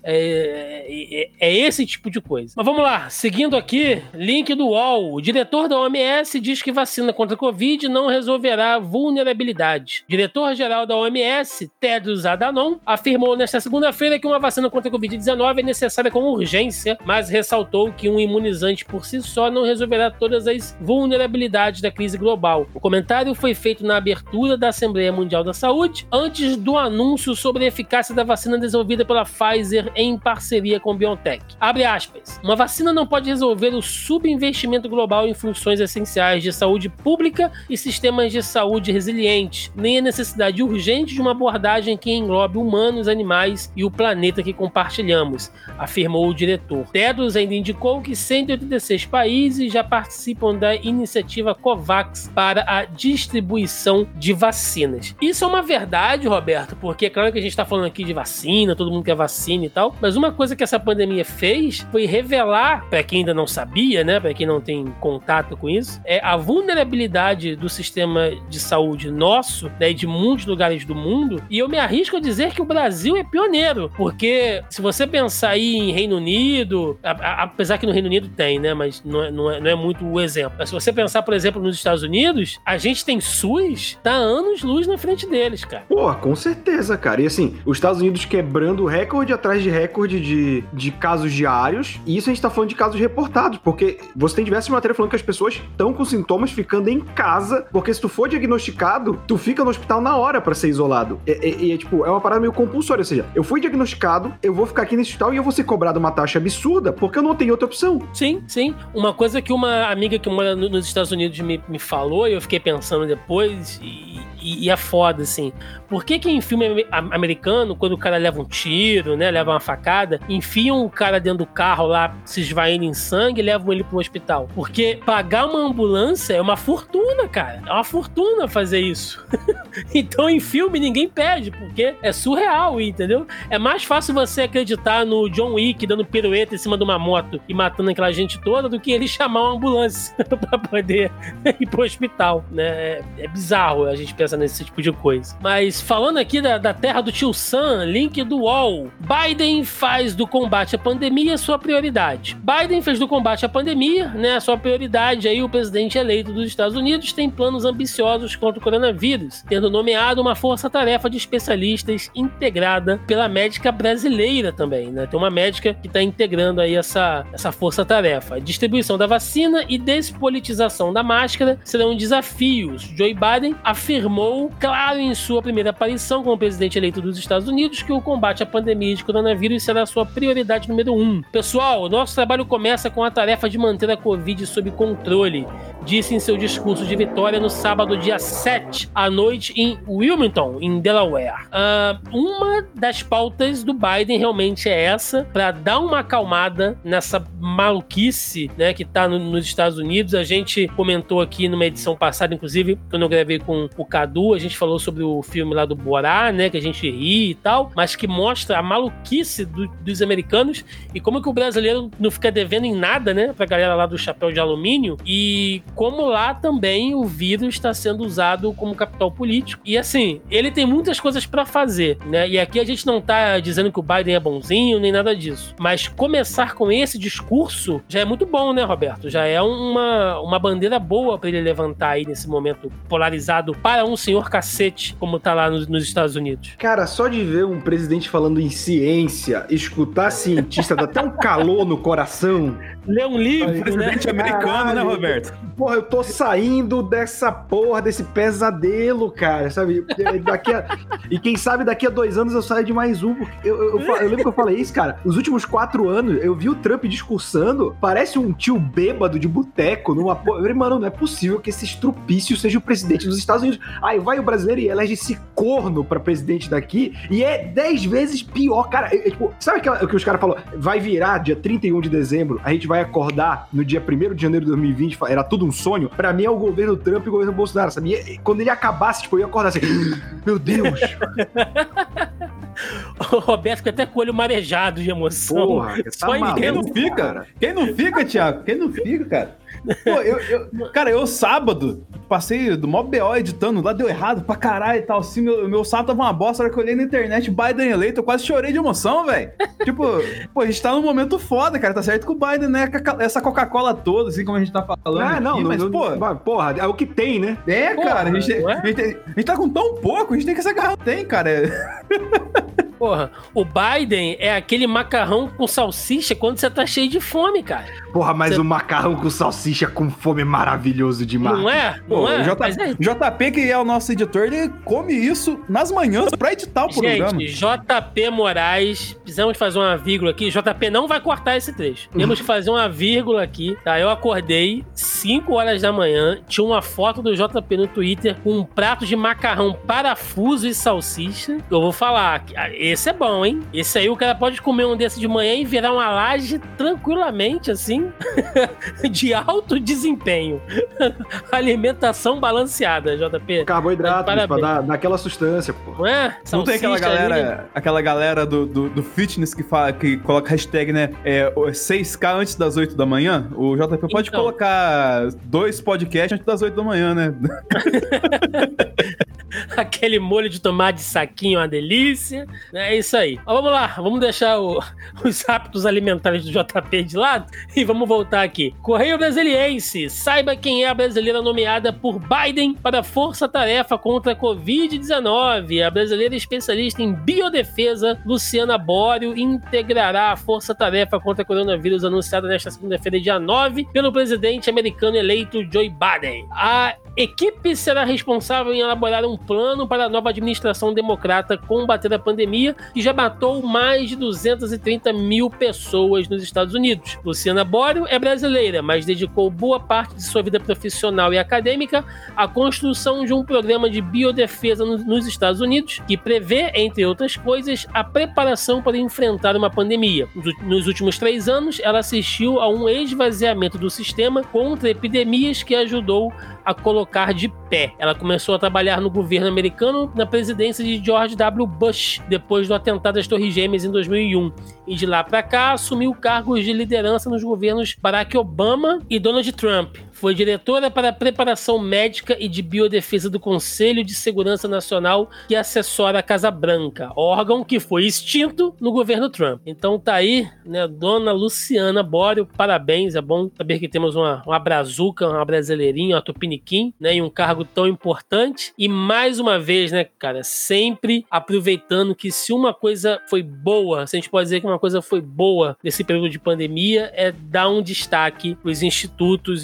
é esse tipo de coisa. Mas vamos lá, seguindo aqui, link do UOL. O diretor da OMS diz que vacina contra a Covid não resolverá vulnerabilidade. Diretor-geral da OMS, Tedros Adhanom, afirmou nesta segunda-feira que uma vacina contra a Covid-19 é necessária com urgência, mas ressaltou que um imunizante por si só não resolverá todas as vulnerabilidades da crise global. O comentário foi feito na abertura da Assembleia Mundial da Saúde, antes do anúncio sobre a eficácia da vacina desenvolvida pela Pfizer em parceria com BioNTech. Abre aspas. Uma vacina não pode resolver o subinvestimento global em funções essenciais de saúde pública e sistemas de saúde resilientes, nem a necessidade urgente de uma abordagem que englobe humanos, animais e o planeta que compartilhamos, afirmou o diretor. Tedros ainda indicou que 186 países já participam da iniciativa COVAX para a distribuição de vacinas. Isso é uma verdade, Roberto, porque é claro que a gente está falando aqui de vacina, todo mundo quer vacina e tal, mas uma coisa que essa pandemia fez foi revelar, para quem ainda não sabia, né, para quem não tem contato com isso, a vulnerabilidade do sistema de saúde nosso, né, de muitos lugares do mundo. E eu me arrisco a dizer que o Brasil é pioneiro, porque se você pensar aí em Reino Unido, apesar que no Reino Unido tem, né, mas não é muito o exemplo. Mas se você pensar, por exemplo, nos Estados Unidos, a gente tem SUS, tá anos-luz na frente deles, cara. Pô, com certeza, cara. E assim, os Estados Unidos quebrando recorde atrás de recorde de casos diários, e isso a gente tá falando de casos reportados, porque você tem diversas matérias falando que as pessoas estão com sintomas ficando em casa, porque se tu for diagnosticado, tu fica no hospital na hora pra ser isolado. Tipo, é uma parada meio compulsória, ou seja, eu fui diagnosticado, eu vou ficar aqui nesse hospital e eu vou ser cobrado uma taxa absurda, porque eu não tenho outra opção. Sim. Uma coisa que uma amiga que mora nos Estados Unidos me falou, e eu fiquei pensando depois, e é foda, assim. Por que em filme americano, quando o cara leva um tiro, né, leva uma facada, enfiam o cara dentro do carro lá, se esvaindo em sangue e levam ele pro hospital? Porque pagar uma ambulância é uma fortuna, cara. É uma fortuna fazer isso. Então, em filme, ninguém pede, porque é surreal, entendeu? É mais fácil você acreditar no John Wick dando pirueta em cima de uma moto e matando aquela gente toda do que ele chamar uma ambulância pra poder ir pro hospital, né? É bizarro a gente pensar nesse tipo de coisa. Mas falando aqui da terra do tio Sam, link do UOL. Biden faz do combate à pandemia sua prioridade. Biden fez do combate à pandemia, né, a sua prioridade. Aí o presidente eleito dos Estados Unidos tem planos ambiciosos contra o coronavírus, tendo nomeado uma força-tarefa de especialistas integrada pela médica brasileira também, né? Tem uma médica que está integrando aí essa força-tarefa. A distribuição da vacina e despolitização da máscara serão desafios. Joe Biden afirmou, claro, em sua primeira aparição como presidente eleito dos Estados Unidos, que o combate à pandemia de coronavírus será sua prioridade número 1. Pessoal, o nosso trabalho começa com a tarefa de manter a Covid sob controle. disse em seu discurso de vitória no sábado, dia 7, à noite, em Wilmington, em Delaware. Uma das pautas do Biden realmente é essa, para dar uma acalmada nessa maluquice, né, que tá nos Estados Unidos. A gente comentou aqui numa edição passada, inclusive, quando eu gravei com o Cadu, a gente falou sobre o filme lá do Borá, né, que a gente ri e tal, mas que mostra a maluquice dos americanos e como que o brasileiro não fica devendo em nada, né, pra galera lá do chapéu de alumínio, e como lá também o vírus está sendo usado como capital político. E assim, ele tem muitas coisas pra fazer, né, e aqui a gente não tá dizendo que o Biden é bonzinho, nem nada disso, mas começar com esse discurso já é muito bom, né, Roberto? Já é uma bandeira boa pra ele levantar aí nesse momento polarizado para um senhor cacete, como tá lá nos Estados Unidos. Cara, só de ver um presidente falando em ciência, escutar cientista, dá até um calor no coração. Ler um livro, presidente americano, caralho, né, Roberto? Porra, eu tô saindo dessa porra, desse pesadelo, cara, sabe? E quem sabe daqui a 2 anos eu saio de mais um. Eu lembro que eu falei isso, cara. Os últimos 4 anos, eu vi o Trump discursando, parece um tio bêbado de boteco numa porra. Eu falei, mano, não é possível que esse estrupício seja o presidente dos Estados Unidos. Aí vai o brasileiro e elege esse corno pra presidente daqui, e é 10 vezes pior, cara. Tipo, sabe o que os caras falaram? Vai virar dia 31 de dezembro, a gente vai acordar no dia 1º de janeiro de 2020, era tudo um sonho. Pra mim é o governo Trump e o governo Bolsonaro, sabe? E quando ele acabasse, tipo, eu ia acordar assim, meu Deus! O Roberto fica até com o olho marejado de emoção. Porra, tá maluco, quem não fica, cara? Quem não fica, Thiago? Quem não fica, cara? Pô, cara, eu sábado passei do mó BO editando, lá deu errado pra caralho e tal, assim, meu sábado tava uma bosta, a hora que eu olhei na internet, Biden eleito, eu quase chorei de emoção, velho. Tipo, pô, a gente tá num momento foda, cara, tá certo que o Biden, né, essa Coca-Cola toda, assim, como a gente tá falando aqui, mas, porra, é o que tem, né? É, porra, cara, a gente tá com tão pouco, a gente tem que se agarrar, cara. Porra, o Biden é aquele macarrão com salsicha quando você tá cheio de fome, cara. Porra, mas o macarrão com salsicha com fome é maravilhoso demais. Não é? Não é? JP, que é o nosso editor, ele come isso nas manhãs pra editar o programa. Gente, JP Moraes, precisamos fazer uma vírgula aqui. JP não vai cortar esse trecho. Temos que fazer uma vírgula aqui, tá? Eu acordei 5 horas da manhã, tinha uma foto do JP no Twitter com um prato de macarrão, parafuso e salsicha. Eu vou falar, esse é bom, hein? Esse aí o cara pode comer um desse de manhã e virar uma laje tranquilamente, assim, de alto desempenho. Alimentação balanceada, JP. Carboidrato, pra dar aquela sustância, pô. Não é? Não tem aquela galera do fitness que coloca hashtag, né, 6K antes das 8 da manhã? O JP pode colocar 2 podcasts antes das 8 da manhã, né? Aquele molho de tomate de saquinho, uma delícia. É isso aí. Mas vamos lá, vamos deixar os hábitos alimentares do JP de lado e vamos voltar aqui. Correio Brasiliense. Saiba quem é a brasileira nomeada por Biden para a Força Tarefa contra a Covid-19. A brasileira especialista em biodefesa, Luciana Bório, integrará a Força Tarefa contra o coronavírus anunciada nesta segunda-feira, dia 9, pelo presidente americano eleito Joe Biden. A equipe será responsável em elaborar um plano para a nova administração democrata combater a pandemia, que já matou mais de 230 mil pessoas nos Estados Unidos. Luciana Bório é brasileira, mas dedicou boa parte de sua vida profissional e acadêmica à construção de um programa de biodefesa nos Estados Unidos, que prevê, entre outras coisas, a preparação para enfrentar uma pandemia. Nos últimos 3 anos, ela assistiu a um esvaziamento do sistema contra epidemias que ajudou a colocar de pé. Ela começou a trabalhar no governo americano na presidência de George W. Bush, depois do atentado às Torres Gêmeas em 2001. E de lá para cá, assumiu cargos de liderança nos governos Barack Obama e Donald Trump. Foi diretora para a preparação médica e de biodefesa do Conselho de Segurança Nacional, que assessora a Casa Branca, órgão que foi extinto no governo Trump. Então tá aí, né, dona Luciana Bório, parabéns, é bom saber que temos uma brazuca, uma brasileirinha, uma tupiniquim, né, em um cargo tão importante. E mais uma vez, né, cara, sempre aproveitando que se uma coisa foi boa, se a gente pode dizer que uma coisa foi boa nesse período de pandemia, é dar um destaque para os institutos e para os profissionais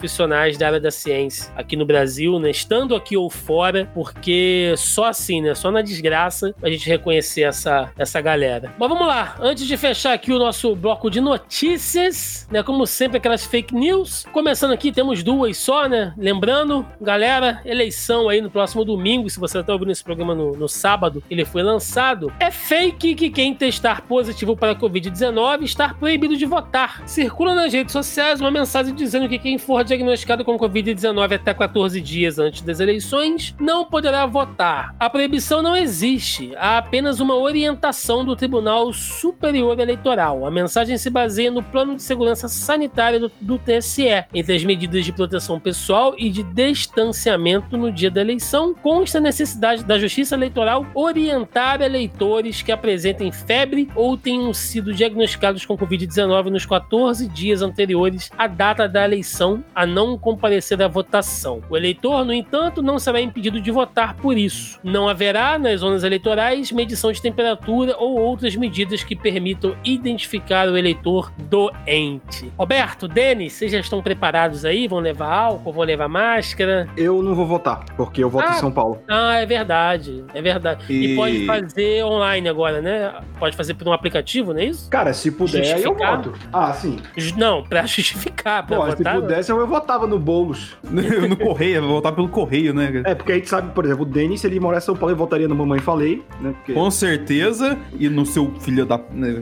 profissionais da área da ciência aqui no Brasil, né? Estando aqui ou fora, porque só assim, né? Só na desgraça a gente reconhecer essa galera. Mas vamos lá, antes de fechar aqui o nosso bloco de notícias, né? Como sempre, aquelas fake news. Começando aqui, temos duas só, né? Lembrando, galera, eleição aí no próximo domingo, se você tá ouvindo esse programa no sábado, ele foi lançado. É fake que quem testar positivo para a Covid-19 está proibido de votar. Circula nas redes sociais uma mensagem dizendo que quem for diagnosticado com Covid-19 até 14 dias antes das eleições não poderá votar. A proibição não existe, há apenas uma orientação do Tribunal Superior Eleitoral. A mensagem se baseia no Plano de Segurança Sanitária do TSE. Entre as medidas de proteção pessoal e de distanciamento no dia da eleição, consta a necessidade da Justiça Eleitoral orientar eleitores que apresentem febre ou tenham sido diagnosticados com Covid-19 nos 14 dias anteriores à data da eleição a não comparecer à votação. O eleitor, no entanto, não será impedido de votar por isso. Não haverá, nas zonas eleitorais, medição de temperatura ou outras medidas que permitam identificar o eleitor doente. Roberto, Denis, vocês já estão preparados aí? Vão levar álcool? Vão levar máscara? Eu não vou votar, porque eu voto em São Paulo. Ah, é verdade. É verdade. E pode fazer online agora, né? Pode fazer por um aplicativo, não é isso? Cara, se puder, eu voto. Ah, sim. Não, pra justificar, pra votar. Se pudesse, eu votava no Boulos. No correio, eu vou votar pelo correio, né? É, porque a gente sabe, por exemplo, o Denis, se ele morar em São Paulo, eu votaria no Mamãe Falei, né? Porque... Com certeza, e no seu filho da...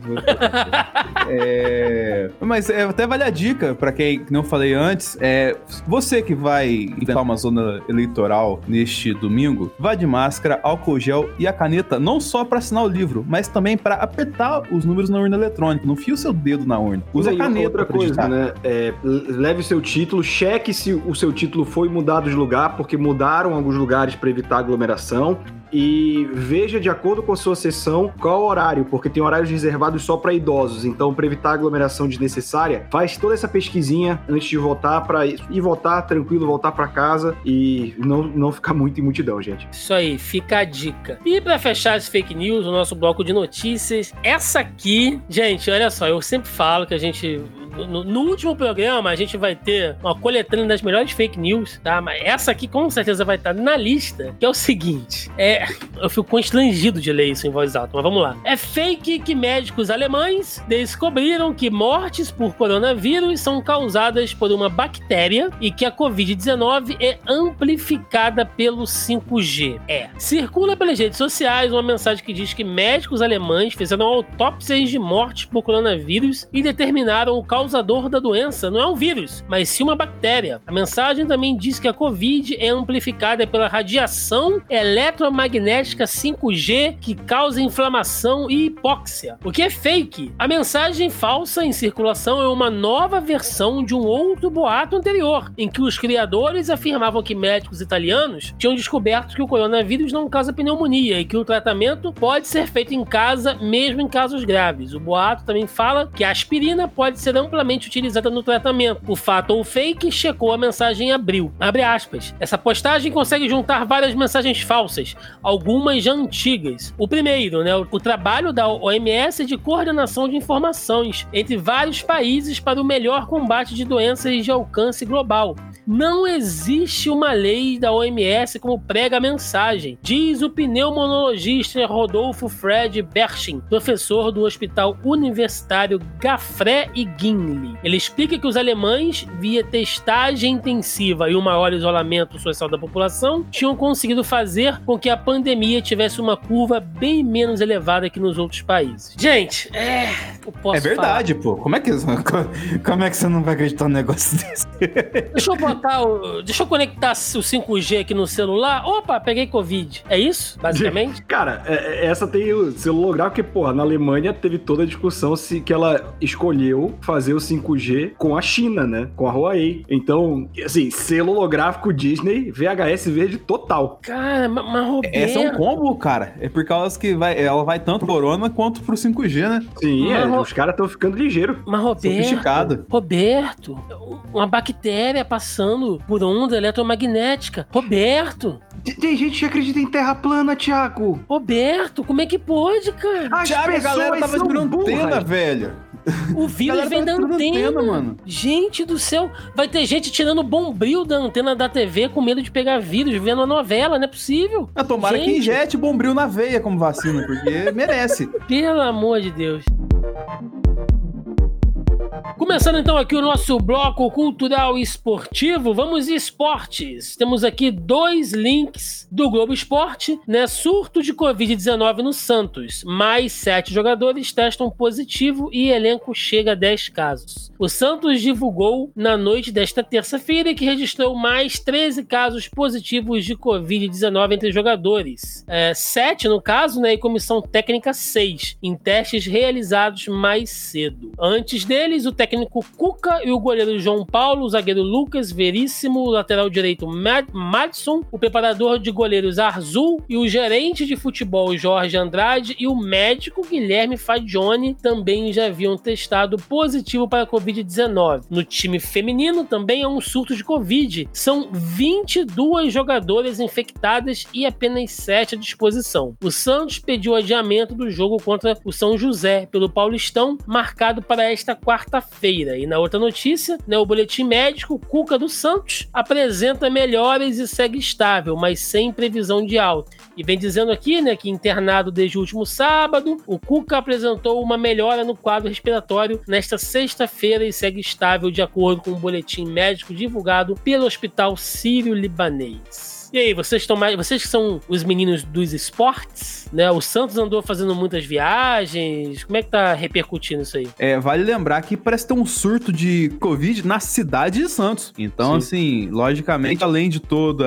Mas até vale a dica, pra quem não falei antes, você que vai inventar uma zona eleitoral neste domingo, vá de máscara, álcool gel e a caneta, não só pra assinar o livro, mas também pra apertar os números na urna eletrônica. Não fie o seu dedo na urna. Usa a caneta. Outra coisa, né? Leve o seu título, cheque se o seu título foi mudado de lugar, porque mudaram alguns lugares para evitar aglomeração. E veja, de acordo com a sua sessão, qual é o horário, porque tem horários reservados só para idosos. Então, para evitar aglomeração desnecessária, faz toda essa pesquisinha antes de votar, para ir votar tranquilo, voltar para casa e não ficar muito em multidão, gente. Isso aí, fica a dica. E para fechar as fake news, o nosso bloco de notícias, essa aqui, gente, olha só, eu sempre falo que a gente... No último programa, a gente vai ter uma coletânea das melhores fake news, tá? Mas essa aqui, com certeza, vai estar na lista, que é o seguinte. Eu fico constrangido de ler isso em voz alta, mas vamos lá. É fake que médicos alemães descobriram que mortes por coronavírus são causadas por uma bactéria e que a Covid-19 é amplificada pelo 5G. Circula pelas redes sociais uma mensagem que diz que médicos alemães fizeram autópsias de mortes por coronavírus e determinaram o causador da doença não é um vírus, mas sim uma bactéria. A mensagem também diz que a Covid é amplificada pela radiação eletromagnética 5G que causa inflamação e hipóxia. O que é fake? A mensagem falsa em circulação é uma nova versão de um outro boato anterior, em que os criadores afirmavam que médicos italianos tinham descoberto que o coronavírus não causa pneumonia e que o tratamento pode ser feito em casa, mesmo em casos graves. O boato também fala que a aspirina pode ser amplamente utilizada no tratamento. O fato ou fake checou a mensagem em abril. Abre aspas. Essa postagem consegue juntar várias mensagens falsas, algumas já antigas. O primeiro, né, o trabalho da OMS de coordenação de informações entre vários países para o melhor combate de doenças de alcance global. Não existe uma lei da OMS como prega a mensagem, diz o pneumonologista Rodolfo Fred Berchin, professor do Hospital Universitário Gaffrey e Ginley. Ele explica que os alemães, via testagem intensiva e um maior isolamento social da população, tinham conseguido fazer com que a pandemia tivesse uma curva bem menos elevada que nos outros países. Gente, eu posso verdade, falar. pô. Como é que você não vai acreditar num negócio desse? Deixa eu conectar o 5G aqui no celular. Opa, peguei Covid. É isso, basicamente? Cara, essa tem o celulografo, porque, porra, na Alemanha teve toda a discussão que ela escolheu fazer o 5G com a China, né? Com a Huawei. Então, assim, celulográfico Disney, VHS verde total. Cara, mas Roberto... Essa é um combo, cara. É por causa que ela vai tanto corona quanto pro 5G, né? Sim, os caras estão ficando ligeiros. Mas Roberto, uma bactéria passando por onda eletromagnética. Roberto! Tem gente que acredita em terra plana, Thiago. Roberto, como é que pode, cara? Thiago, a galera tava esperando antena, velho. O vírus vem da antena, mano. Gente do céu, vai ter gente tirando bombril da antena da TV com medo de pegar vírus, vendo a novela, não é possível. Tomara que injete bombril na veia como vacina, porque merece. Pelo amor de Deus. Começando então aqui o nosso bloco cultural e esportivo, vamos em esportes. Temos aqui 2 links do Globo Esporte, né? Surto de Covid-19 no Santos. Mais 7 jogadores testam positivo e elenco chega a 10 casos. O Santos divulgou na noite desta terça-feira que registrou mais 13 casos positivos de Covid-19 entre jogadores. 7 no caso, né? E comissão técnica 6, em testes realizados mais cedo. Antes deles, o técnico Cuca e o goleiro João Paulo, o zagueiro Lucas Veríssimo, o lateral direito Madison, o preparador de goleiros Arzul e o gerente de futebol Jorge Andrade e o médico Guilherme Fagione também já haviam testado positivo para a Covid-19. No time feminino também há um surto de Covid. São 22 jogadoras infectadas e apenas 7 à disposição. O Santos pediu adiamento do jogo contra o São José pelo Paulistão, marcado para esta quarta-feira. E na outra notícia, né, o boletim médico Cuca do Santos apresenta melhoras e segue estável, mas sem previsão de alta. E vem dizendo aqui, né, que internado desde o último sábado, o Cuca apresentou uma melhora no quadro respiratório nesta sexta-feira e segue estável de acordo com o boletim médico divulgado pelo Hospital Sírio-Libanês. E aí, vocês que são os meninos dos esportes, né? O Santos andou fazendo muitas viagens. Como é que tá repercutindo isso aí? Vale lembrar que parece ter um surto de Covid na cidade de Santos. Então, assim, logicamente, além de todo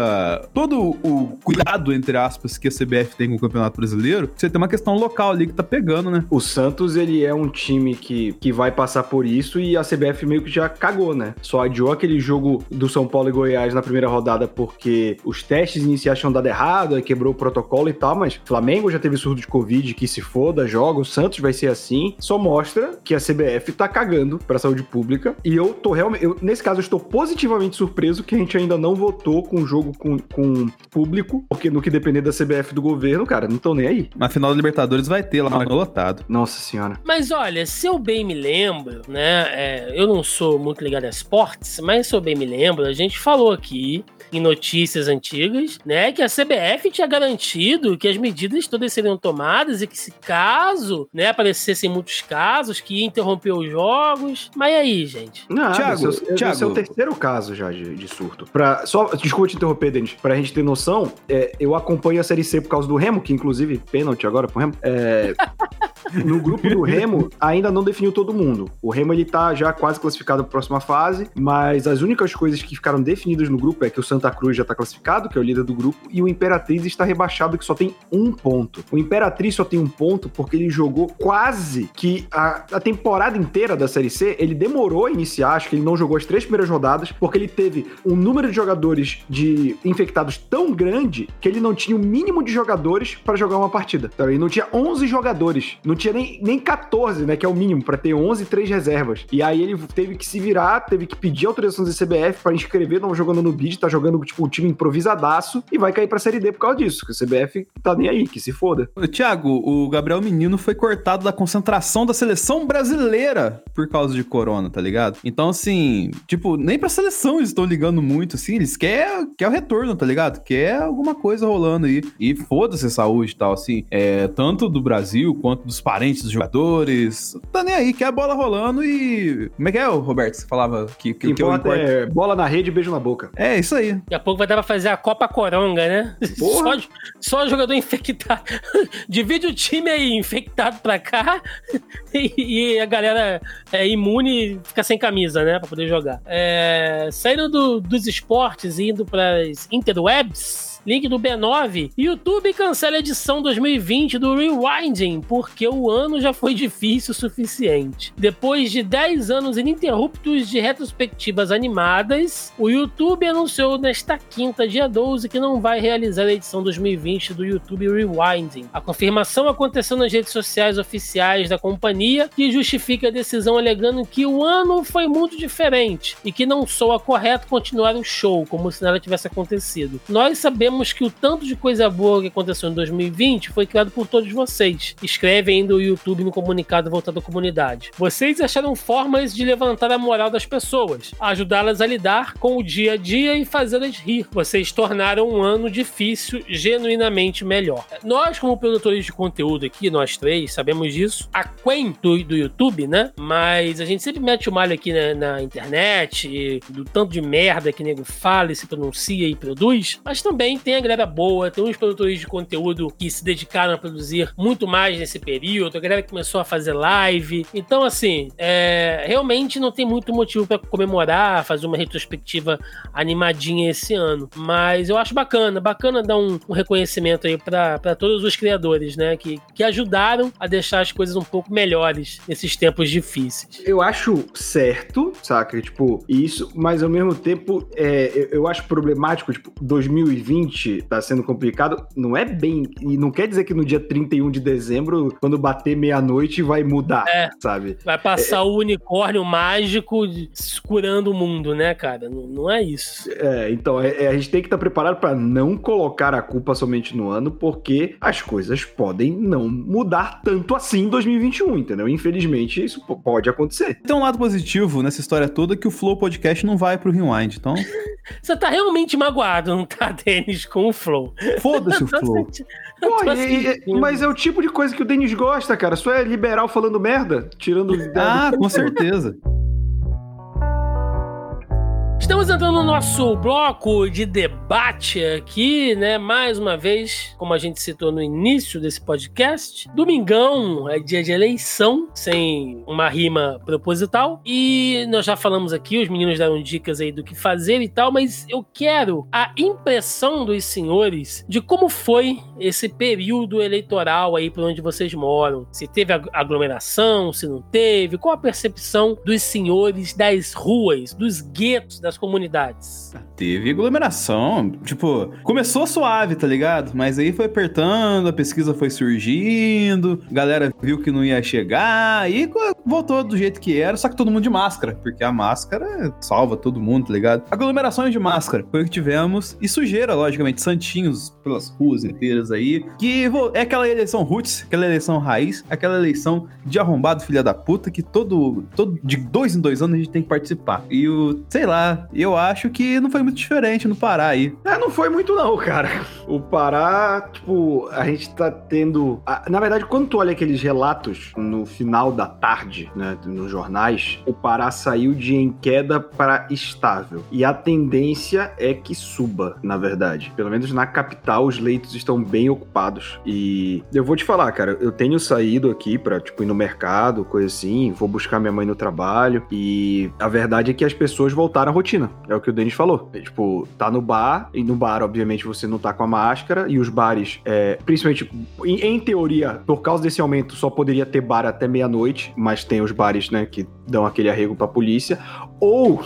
o cuidado, entre aspas, que a CBF tem com o Campeonato Brasileiro, você tem uma questão local ali que tá pegando, né? O Santos, ele é um time que vai passar por isso e a CBF meio que já cagou, né? Só adiou aquele jogo do São Paulo e Goiás na primeira rodada porque os testes iniciais tinham dado errado, aí quebrou o protocolo e tal, mas o Flamengo já teve surto de Covid, que se foda, joga, o Santos vai ser assim, só mostra que a CBF tá cagando pra saúde pública, e eu tô realmente, nesse caso eu estou positivamente surpreso que a gente ainda não votou com o jogo com público, porque no que depender da CBF do governo, cara, não tô nem aí. Na final da Libertadores vai ter lá no lotado. Nossa senhora. Mas olha, se eu bem me lembro, né, eu não sou muito ligado a esportes, mas se eu bem me lembro, a gente falou aqui em notícias antigas, né, que a CBF tinha garantido que as medidas todas seriam tomadas e que se caso, né, aparecessem muitos casos, que ia interromper os jogos. Mas e aí, gente? Não, Thiago, esse é o terceiro caso já de surto. Desculpa te interromper, Denis, pra gente ter noção, eu acompanho a Série C por causa do Remo, que inclusive, pênalti agora pro Remo, no grupo do Remo ainda não definiu todo mundo. O Remo, ele tá já quase classificado pra próxima fase, mas as únicas coisas que ficaram definidas no grupo é que o Santa Cruz já tá classificado, que é o líder do grupo, e o Imperatriz está rebaixado, que só tem 1 ponto. O Imperatriz só tem 1 ponto porque ele jogou quase que a temporada inteira da Série C, ele demorou a iniciar, acho que ele não jogou as 3 primeiras rodadas, porque ele teve um número de jogadores infectados tão grande que ele não tinha o mínimo de jogadores para jogar uma partida. Então, ele não tinha 11 jogadores, não tinha nem 14, né, que é o mínimo, para ter 11 e 3 reservas. E aí ele teve que se virar, teve que pedir autorização da CBF para inscrever, não jogando no bid, tá jogando tipo um time improvisadaço e vai cair pra Série D por causa disso, que a CBF tá nem aí, que se foda. Thiago, o Gabriel Menino foi cortado da concentração da seleção brasileira por causa de corona, tá ligado? Então, assim, tipo, nem pra seleção eles estão ligando muito, assim, eles querem o retorno, tá ligado? Quer alguma coisa rolando aí. E foda-se a saúde e tal, assim, tanto do Brasil quanto dos parentes dos jogadores, tá nem aí, quer a bola rolando e... Como é que é, Roberto? Você falava que importa é bola na rede e beijo na boca. É, isso aí. Daqui a pouco vai dar pra fazer a Copa Coronga, né? Só jogador infectado. Divide o time aí, infectado pra cá, e a galera imune fica sem camisa, né? Pra poder jogar. Saindo dos esportes e indo pras interwebs, link do B9, YouTube cancela a edição 2020 do Rewinding, porque o ano já foi difícil o suficiente. Depois de 10 anos ininterruptos de retrospectivas animadas, o YouTube anunciou nesta quinta, dia 12, que não vai realizar a edição 2020 do YouTube Rewinding. A confirmação aconteceu nas redes sociais oficiais da companhia, que justifica a decisão alegando que o ano foi muito diferente e que não soa correto continuar o show, como se nada tivesse acontecido. Nós sabemos sabemos que o tanto de coisa boa que aconteceu em 2020 foi criado por todos vocês. Escreve ainda o YouTube no comunicado voltado à comunidade. Vocês acharam formas de levantar a moral das pessoas, ajudá-las a lidar com o dia a dia e fazê-las rir. Vocês tornaram um ano difícil genuinamente melhor. Nós, como produtores de conteúdo aqui, nós três, sabemos disso, aquém do YouTube, né? Mas a gente sempre mete o malho aqui na internet, do tanto de merda que o nego fala e se pronuncia e produz, mas também tem a galera boa, tem uns produtores de conteúdo que se dedicaram a produzir muito mais nesse período, a galera que começou a fazer live. Então, assim, realmente não tem muito motivo pra comemorar, fazer uma retrospectiva animadinha esse ano. Mas eu acho bacana dar um reconhecimento aí pra todos os criadores, né, que ajudaram a deixar as coisas um pouco melhores nesses tempos difíceis. Eu acho certo, saca? Tipo, isso, mas ao mesmo tempo, eu acho problemático, tipo, 2020 tá sendo complicado, não é bem, e não quer dizer que no dia 31 de dezembro, quando bater meia-noite, vai mudar, sabe? Vai passar o unicórnio mágico curando o mundo, né, cara? Não é isso. Então, a gente tem que estar preparado pra não colocar a culpa somente no ano, porque as coisas podem não mudar tanto assim em 2021, entendeu? Infelizmente, isso pode acontecer. Tem um lado positivo nessa história toda que o Flow Podcast não vai pro Rewind, então... Você tá realmente magoado, não tá, Denis, com o Flow? Foda-se o Flow. Mas é o tipo de coisa que o Denis gosta, cara. Só é liberal falando merda, tirando... Com certeza. Estamos entrando no nosso bloco de debate aqui, né? Mais uma vez, como a gente citou no início desse podcast, domingão é dia de eleição, sem uma rima proposital. E nós já falamos aqui, os meninos deram dicas aí do que fazer e tal, mas eu quero a impressão dos senhores de como foi esse período eleitoral aí por onde vocês moram. Se teve aglomeração, se não teve, qual a percepção dos senhores das ruas, dos guetos, das comunidades? Teve aglomeração, tipo, começou suave, tá ligado? Mas aí foi apertando, a pesquisa foi surgindo, a galera viu que não ia chegar e voltou do jeito que era, só que todo mundo de máscara, porque a máscara salva todo mundo, tá ligado? Aglomerações de máscara, foi o que tivemos, e sujeira, logicamente, santinhos pelas ruas inteiras aí, que é aquela eleição roots, aquela eleição raiz, aquela eleição de arrombado filha da puta, que todo de 2 em 2 anos a gente tem que participar. E sei lá, eu acho que não foi muito diferente no Pará aí. Não foi muito não, cara. O Pará, tipo, a gente tá tendo... Na verdade, quando tu olha aqueles relatos no final da tarde, né, nos jornais, o Pará saiu de em queda para estável. E a tendência é que suba, na verdade. Pelo menos na capital, os leitos estão bem ocupados. E eu vou te falar, cara, eu tenho saído aqui pra, tipo, ir no mercado, coisa assim, vou buscar minha mãe no trabalho, e a verdade é que as pessoas voltaram à rotina. É o que o Denis falou. Tipo, tá no bar, e no bar, obviamente, você não tá com a máscara, e os bares, principalmente, em teoria, por causa desse aumento, só poderia ter bar até meia-noite, mas tem os bares, né, que dão aquele arrego pra polícia, ou...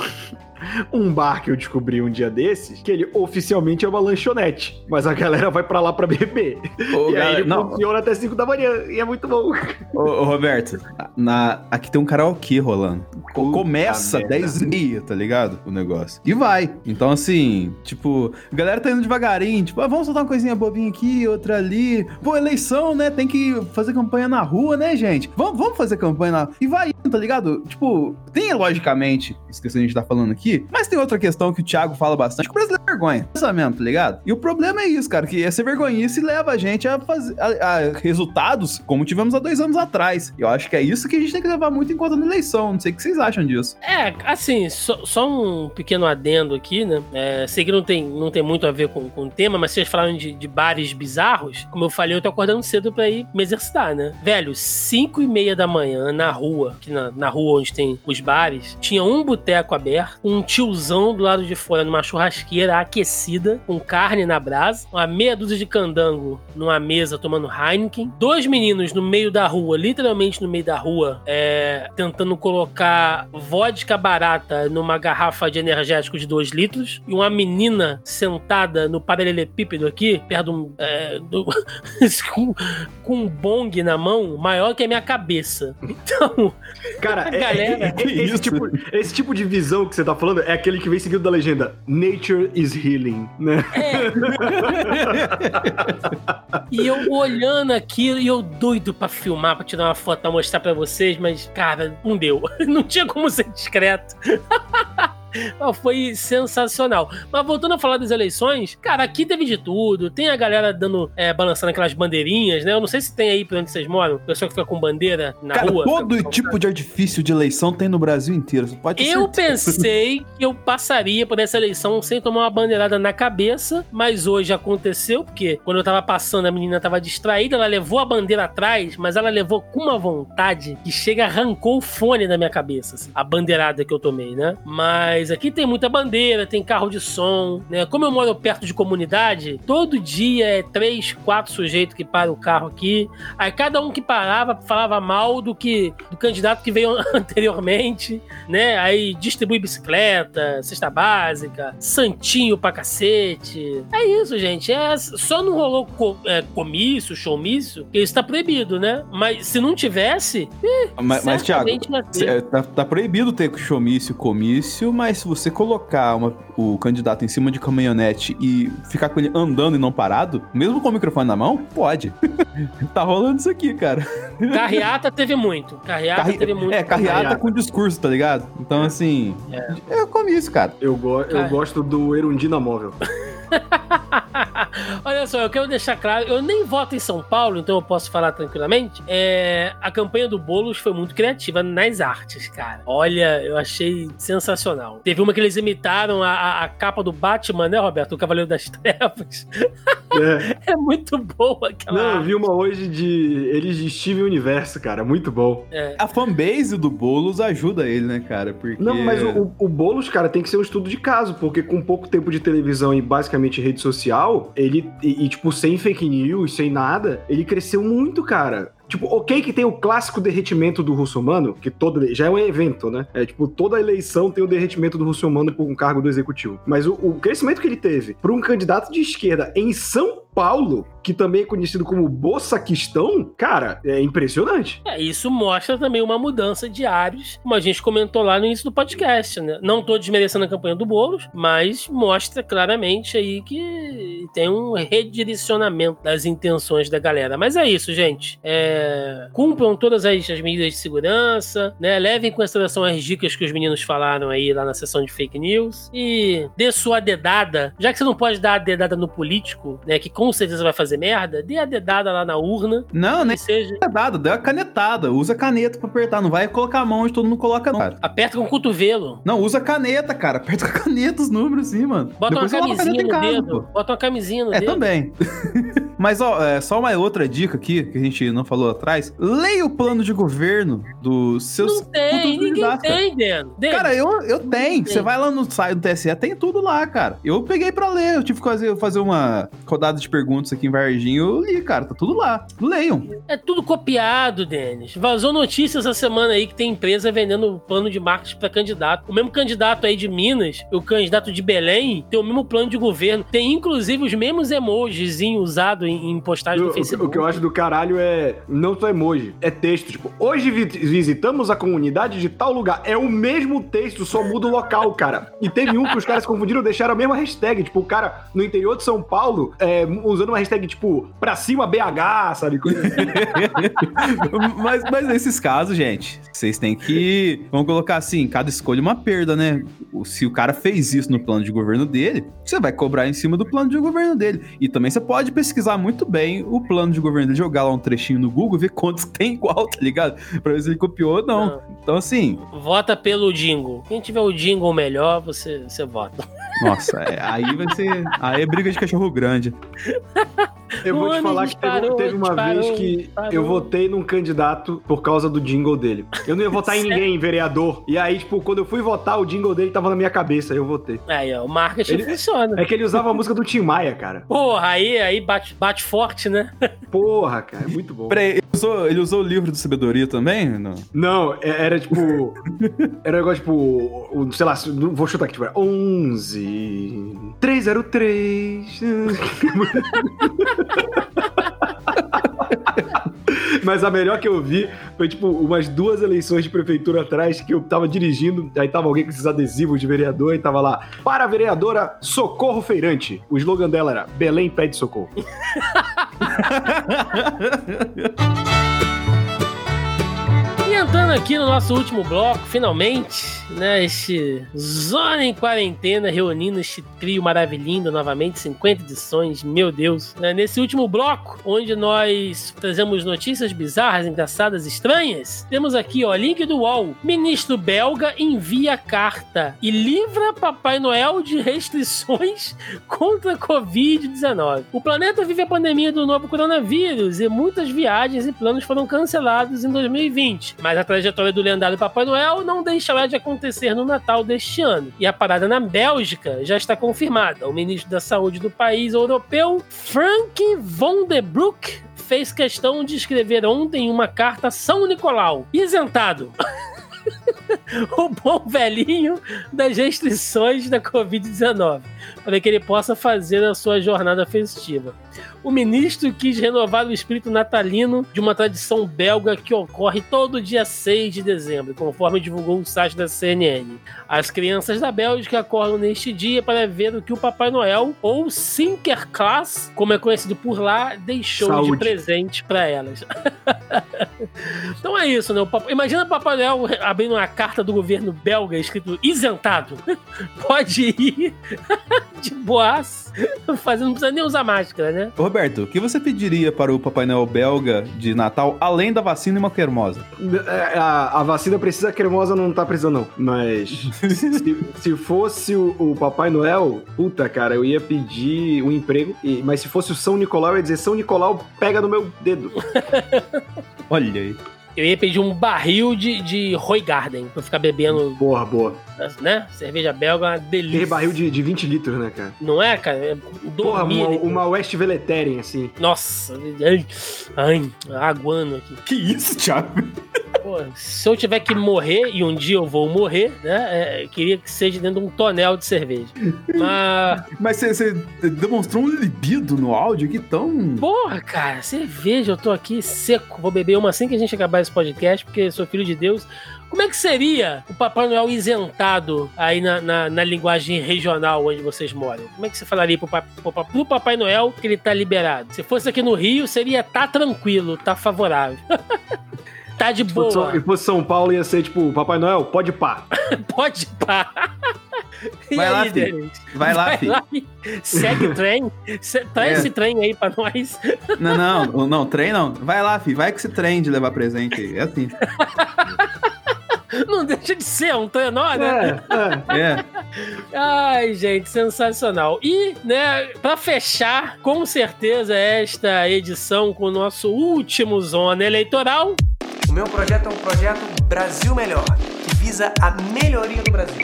um bar que eu descobri um dia desses, que ele oficialmente é uma lanchonete, mas a galera vai pra lá pra beber. Aí ele funciona até 5 da manhã, e é muito bom. Ô Roberto, aqui tem um karaokê rolando. Começa 10h30, tá ligado? O negócio. E vai. Então, assim, tipo, a galera tá indo devagarinho, tipo, vamos soltar uma coisinha bobinha aqui, outra ali. Pô, eleição, né? Tem que fazer campanha na rua, né, gente? Vamos fazer campanha na rua. E vai indo, tá ligado? Tipo, tem, logicamente, isso que a gente tá falando aqui, mas tem outra questão que o Thiago fala bastante, que o brasileiro é vergonha. Pensamento, tá ligado? E o problema é isso, cara, que essa vergonhice leva a gente a fazer a resultados como tivemos há 2 anos atrás. Eu acho que é isso que a gente tem que levar muito em conta na eleição. Não sei o que vocês acham disso. Assim, só um pequeno adendo aqui, né? Sei que não tem muito a ver com o tema, mas vocês falaram de bares bizarros. Como eu falei, eu tô acordando cedo pra ir me exercitar, né? Velho, 5h30 da manhã, na rua, aqui na rua onde tem os bares, tinha um boteco aberto, um tiozão do lado de fora numa churrasqueira aquecida, com carne na brasa, uma meia dúzia de candango numa mesa tomando Heineken, 2 meninos no meio da rua, literalmente no meio da rua, tentando colocar colocar vodka barata numa garrafa de energético de 2 litros e uma menina sentada no paralelepípedo aqui, perto com um bong na mão, maior que a minha cabeça. Então, cara, galera... esse tipo de visão que você tá falando é aquele que vem seguido da legenda Nature is healing, né? E eu olhando aquilo e eu doido pra filmar, pra tirar uma foto, pra mostrar pra vocês, mas, cara, não deu. Não tinha como ser discreto. Foi sensacional. Mas voltando a falar das eleições, cara, aqui teve de tudo. Tem a galera balançando aquelas bandeirinhas, né? Eu não sei se tem aí pra onde vocês moram, o pessoal que fica com bandeira na rua. Todo tipo de artifício de eleição tem no Brasil inteiro. Você pode Eu pensei que eu passaria por essa eleição sem tomar uma bandeirada na cabeça, mas hoje aconteceu, porque quando eu tava passando, a menina tava distraída, ela levou a bandeira atrás, mas ela levou com uma vontade que chega, arrancou o fone da minha cabeça, assim, a bandeirada que eu tomei, né? Mas aqui tem muita bandeira, tem carro de som, né? Como eu moro perto de comunidade, todo dia é 3, 4 sujeitos que param o carro aqui. Aí cada um que parava falava mal do candidato que veio anteriormente, né? Aí distribui bicicleta, cesta básica, santinho pra cacete. É isso, gente. Só não rolou comício, showmício, porque isso tá proibido, né? Mas se não tivesse... Mas Thiago, tá proibido ter showmício, comício, mas se você colocar o candidato em cima de caminhonete e ficar com ele andando e não parado, mesmo com o microfone na mão, pode. Tá rolando isso aqui, cara. Carreata teve muito. Carreata com discurso, tá ligado? Então, assim, é comício, cara. Eu gosto do Erundina Móvel. Olha só, eu quero deixar claro, eu nem voto em São Paulo, então eu posso falar tranquilamente. A campanha do Boulos foi muito criativa nas artes, cara. Olha, eu achei sensacional. Teve uma que eles imitaram a capa do Batman, né, Roberto? O Cavaleiro das Trevas. É muito boa aquela arte. Eu vi uma hoje eles de Steven Universo, cara. Muito bom. A fanbase do Boulos ajuda ele, né, cara? Porque... Não, mas o Boulos, cara, tem que ser um estudo de caso, porque com pouco tempo de televisão e basicamente rede social, ele, tipo, sem fake news, sem nada, ele cresceu muito, cara. Tipo, ok que tem o clássico derretimento do russomano, que já é um evento, né? Tipo, toda eleição tem o derretimento do russomano por um cargo do executivo. Mas o crescimento que ele teve para um candidato de esquerda em São Paulo, que também é conhecido como Boçaquistão, cara, é impressionante. Isso mostra também uma mudança de áreas, como a gente comentou lá no início do podcast, né? Não tô desmerecendo a campanha do Boulos, mas mostra claramente aí que tem um redirecionamento das intenções da galera. Mas é isso, gente. Cumpram todas as medidas de segurança, né? Levem em consideração as dicas que os meninos falaram aí lá na sessão de fake news e dê sua dedada, já que você não pode dar a dedada no político, né? Que com certeza vai fazer merda, dê a dedada lá na urna. Não, nem seja dedada, dê a canetada, usa caneta pra apertar, não vai colocar a mão onde todo mundo coloca, não, cara. Aperta com o cotovelo. Não, usa caneta, cara, aperta com a caneta os números, sim, mano. Bota uma camisinha no dedo. Bota uma camisinha no dedo. Também. Mas, só uma outra dica aqui, que a gente não falou atrás. Leia o plano de governo dos seus... Não tem, ninguém tem, Deno. Cara, eu tenho. Você vai lá no site do TSE, tem tudo lá, cara. Eu peguei pra ler, eu tive que fazer uma rodada de perguntas aqui em Varginha, eu li, cara, tá tudo lá. Leiam. É tudo copiado, Denis. Vazou notícia essa semana aí que tem empresa vendendo plano de marketing pra candidato. O mesmo candidato aí de Minas, o candidato de Belém, tem o mesmo plano de governo. Tem, inclusive, os mesmos emojizinhos usados em postagem do Facebook. O que eu acho do caralho não só emoji, é texto. Tipo, hoje visitamos a comunidade de tal lugar. É o mesmo texto, só muda o local, cara. E teve um que os caras confundiram, deixaram a mesma hashtag. Tipo, o cara no interior de São Paulo, usando uma hashtag, tipo, pra cima BH, sabe? Coisa assim. mas nesses casos, gente, vocês têm que... Vamos colocar assim, cada escolha é uma perda, né? Se o cara fez isso no plano de governo dele, você vai cobrar em cima do plano de governo dele. E também você pode pesquisar muito bem o plano de governo dele, jogar lá um trechinho no Google, ver quantos tem igual, tá ligado? Pra ver se ele copiou ou não. Então, assim... Vota pelo jingle. Quem tiver o jingle melhor, você vota. Nossa, aí vai ser... Aí é briga de cachorro grande. Eu vou te falar que teve uma vez que eu votei num candidato por causa do jingle dele. Eu não ia votar em ninguém, vereador. E aí, tipo, quando eu fui votar, o jingle dele tava na minha cabeça, eu votei. Aí, ó, o marketing funciona. É que ele usava a música do Tim Maia, cara. Porra, aí bate forte, né? Porra, cara, é muito bom. Peraí, usou o livro de sabedoria também? Não, era tipo... Era um negócio tipo... Sei lá, vou chutar aqui, tipo... 11... 303... Mas a melhor que eu vi foi, tipo, umas 2 eleições de prefeitura atrás que eu tava dirigindo, aí tava alguém com esses adesivos de vereador e tava lá, para a vereadora Socorro Feirante. O slogan dela era, Belém pede socorro. E entrando aqui no nosso último bloco, finalmente, né, este Zona em Quarentena reunindo este trio maravilhindo novamente, 50 edições, meu Deus. Né, nesse último bloco, onde nós trazemos notícias bizarras, engraçadas, estranhas, temos aqui, ó, link do UOL. Ministro belga envia carta e livra Papai Noel de restrições contra a Covid-19. O planeta vive a pandemia do novo coronavírus e muitas viagens e planos foram cancelados em 2020. Mas a trajetória do lendário Papai Noel não deixará de acontecer no Natal deste ano. E a parada na Bélgica já está confirmada. O ministro da Saúde do país europeu, Frank van den Broek, fez questão de escrever ontem uma carta a São Nicolau, isentado. O bom velhinho das restrições da Covid-19, para que ele possa fazer a sua jornada festiva. O ministro quis renovar o espírito natalino de uma tradição belga que ocorre todo dia 6 de dezembro, conforme divulgou o site da CNN. As crianças da Bélgica acordam neste dia para ver o que o Papai Noel, ou Sinterklaas, como é conhecido por lá, deixou de presente para elas. Então é isso, né? Imagina o Papai Noel abrindo uma carta do governo belga escrito isentado. Pode ir de boas, não precisa nem usar máscara, né? Roberto, o que você pediria para o Papai Noel belga de Natal, além da vacina e uma cremosa? A vacina precisa, a cremosa não tá precisando, não. Mas se fosse o Papai Noel, puta, cara, eu ia pedir um emprego. Mas se fosse o São Nicolau, eu ia dizer, São Nicolau, pega no meu dedo. Olha aí. Eu ia pedir um barril de Hoegaarden pra ficar bebendo. Boa. Né? Cerveja belga é uma delícia. Aquele barril de 20 litros, né, cara? Não é, cara? É uma West Veleteren, assim. Nossa. Ai, aguando aqui. Que isso, Thiago? Pô, se eu tiver que morrer, e um dia eu vou morrer, né? Queria que seja dentro de um tonel de cerveja. Mas você demonstrou um libido no áudio aqui tão... Porra, cara, cerveja, eu tô aqui seco. Vou beber uma assim que a gente acabar esse podcast, porque sou filho de Deus. Como é que seria o Papai Noel isentado aí na linguagem regional onde vocês moram? Como é que você falaria pro Papai Noel que ele tá liberado? Se fosse aqui no Rio, seria tá tranquilo, tá favorável. Tá de boa. Se fosse São Paulo, ia ser tipo, Papai Noel, pode pá. Pode pá. Vai aí, lá, filho. Vai lá, filho. Segue o trem. Traz esse trem aí pra nós. Não, trem não. Vai lá, filho. Vai com esse trem de levar presente aí. É assim. Não deixa de ser um trenó, né? É. Ai, gente, sensacional. E, né, pra fechar, com certeza, esta edição com o nosso último Zona Eleitoral. O meu projeto é um projeto Brasil Melhor, que visa a melhoria do Brasil.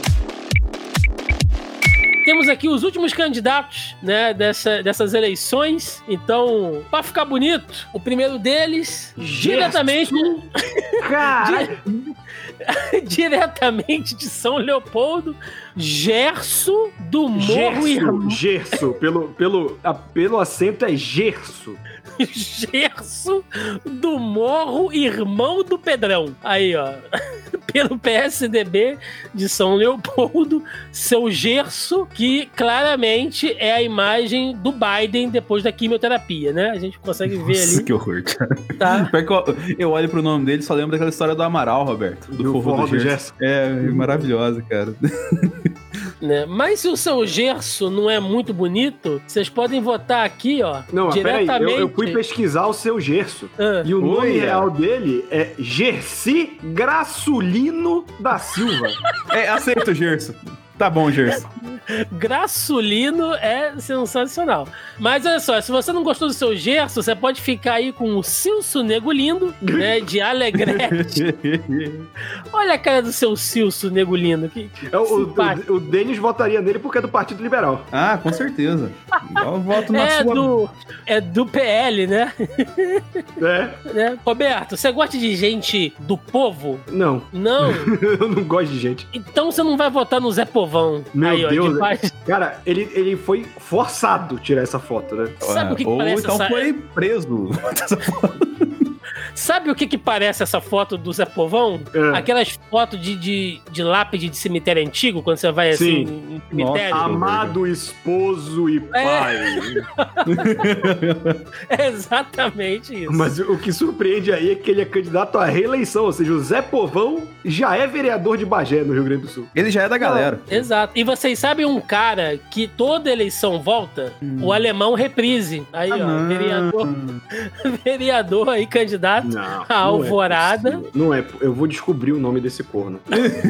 Temos aqui os últimos candidatos, né, dessas eleições. Então, pra ficar bonito, o primeiro deles, diretamente... diretamente de São Leopoldo, Gerso do Morro Irmão. Gerso, pelo acento é Gerso. Gerso do Morro, irmão do Pedrão. Aí, ó. Pelo PSDB de São Leopoldo, seu Gerso, que claramente é a imagem do Biden depois da quimioterapia, né? A gente consegue ver ali. Que horror, cara. Tá. Eu olho pro nome dele e só lembro daquela história do Amaral, Roberto. Do forró do Gerso. É maravilhosa, cara. Né? Mas se o seu Gerso não é muito bonito, vocês podem votar aqui, ó. Não, diretamente. Peraí, eu fui pesquisar o seu Gerso. E o nome real dele é Gersi Graçulino da Silva. Aceita o Gerso. Tá bom, Gerso. Graçulino é sensacional. Mas olha só, se você não gostou do seu Gerson, você pode ficar aí com o Cilso Nego Lindo, né, de Alegrete. Olha a cara do seu Cilso Nego Lindo. O Denis votaria nele porque é do Partido Liberal. Ah, com certeza. Eu voto na É do PL, né? É. Roberto, você gosta de gente do povo? Não. Não? Eu não gosto de gente. Então você não vai votar no Zé Povão. Meu aí, Deus. ó, Cara, ele foi forçado a tirar essa foto, né? Sabe o que Ou parece então essa... foi preso. Sabe o que parece essa foto do Zé Povão? Aquelas fotos de lápide de cemitério antigo, quando você vai assim em cemitério. Nossa, amado esposo e pai. É exatamente isso. Mas o que surpreende aí é que ele é candidato à reeleição, ou seja, o Zé Povão já é vereador de Bagé, no Rio Grande do Sul. Ele já é da galera. Exato. E vocês sabem um cara que toda eleição volta? O Alemão Reprise. Aí, vereador aí, candidato a Alvorada. Não é, eu vou descobrir o nome desse corno.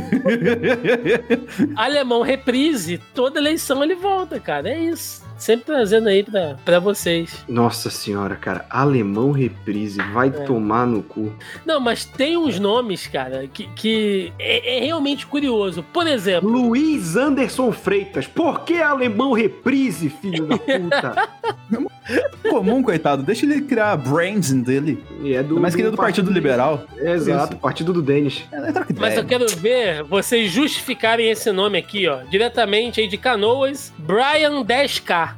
Alemão Reprise, toda eleição ele volta, cara. É isso. Sempre trazendo aí pra vocês. Nossa senhora, cara. Alemão Reprise, vai tomar no cu. Não, mas tem uns nomes, cara, que é realmente curioso. Por exemplo... Luiz Anderson Freitas. Por que Alemão Reprise, filho da puta? Comum, coitado. Deixa ele criar a branding dele. Mas que ele é do Partido Liberal. Exato, Isso. Partido do Denis. Mas eu quero ver vocês justificarem esse nome aqui, ó. Diretamente aí de Canoas, Brian 10K.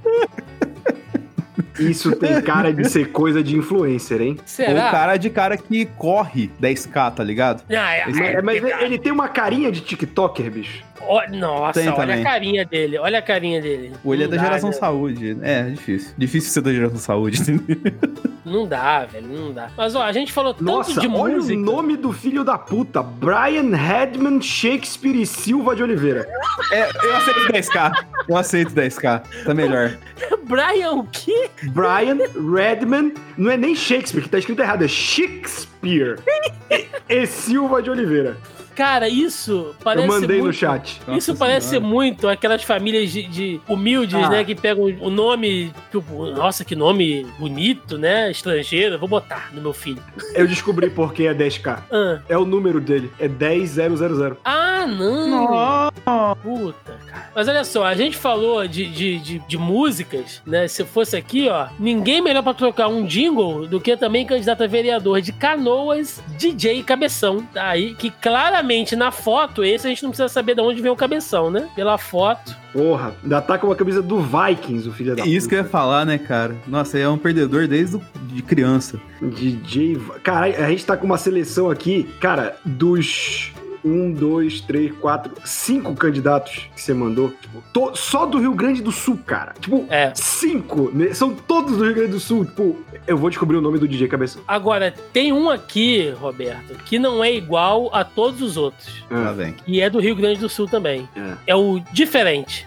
Isso tem cara de ser coisa de influencer, hein? Será? Ou cara de cara que corre 10K, tá ligado? Mas ele tem uma carinha de TikToker, bicho. Nossa, olha também. a carinha dele, olha a carinha dele. Ou ele é da geração velho. Saúde. É, difícil. Difícil ser da geração Saúde. Não dá, velho, não dá. Mas ó, a gente falou tanto Nossa, de olha música. o nome do filho da puta. Brian Redman Shakespeare e Silva de Oliveira. Eu aceito 10K. Eu aceito 10K. Tá melhor. Brian o quê? Brian Redman, não é nem Shakespeare, que tá escrito errado, é Shakespeare e Silva de Oliveira. Cara, isso parece Eu mandei muito... no chat. Isso Nossa parece senhora. muito aquelas famílias de humildes, né? Que pegam o nome, tipo, nossa, que nome bonito, né? Estrangeiro, vou botar no meu filho. Eu descobri por que é 10K. É o número dele, é 10000. Ah, não! Puta, cara. Mas olha só, a gente falou de músicas, né? Se fosse aqui, ó, ninguém melhor pra trocar um jingle do que também candidato a vereador de Canoas, DJ Cabeção. Tá aí, que claramente na foto, esse a gente não precisa saber de onde vem o Cabeção, né? Pela foto. Porra, ainda tá com a camisa do Vikings, o filho da puta. Isso que eu ia falar, né, cara? Nossa, é um perdedor desde de criança. DJ... Cara, a gente tá com uma seleção aqui, cara, dos... 1, 2, 3, 4, 5 candidatos que você mandou. Tipo, só do Rio Grande do Sul, cara. Tipo, 5. Né? São todos do Rio Grande do Sul. Tipo, eu vou descobrir o nome do DJ Cabeção. Agora, tem um aqui, Roberto, que não é igual a todos os outros. Tá bem. E é do Rio Grande do Sul também. É o Diferente.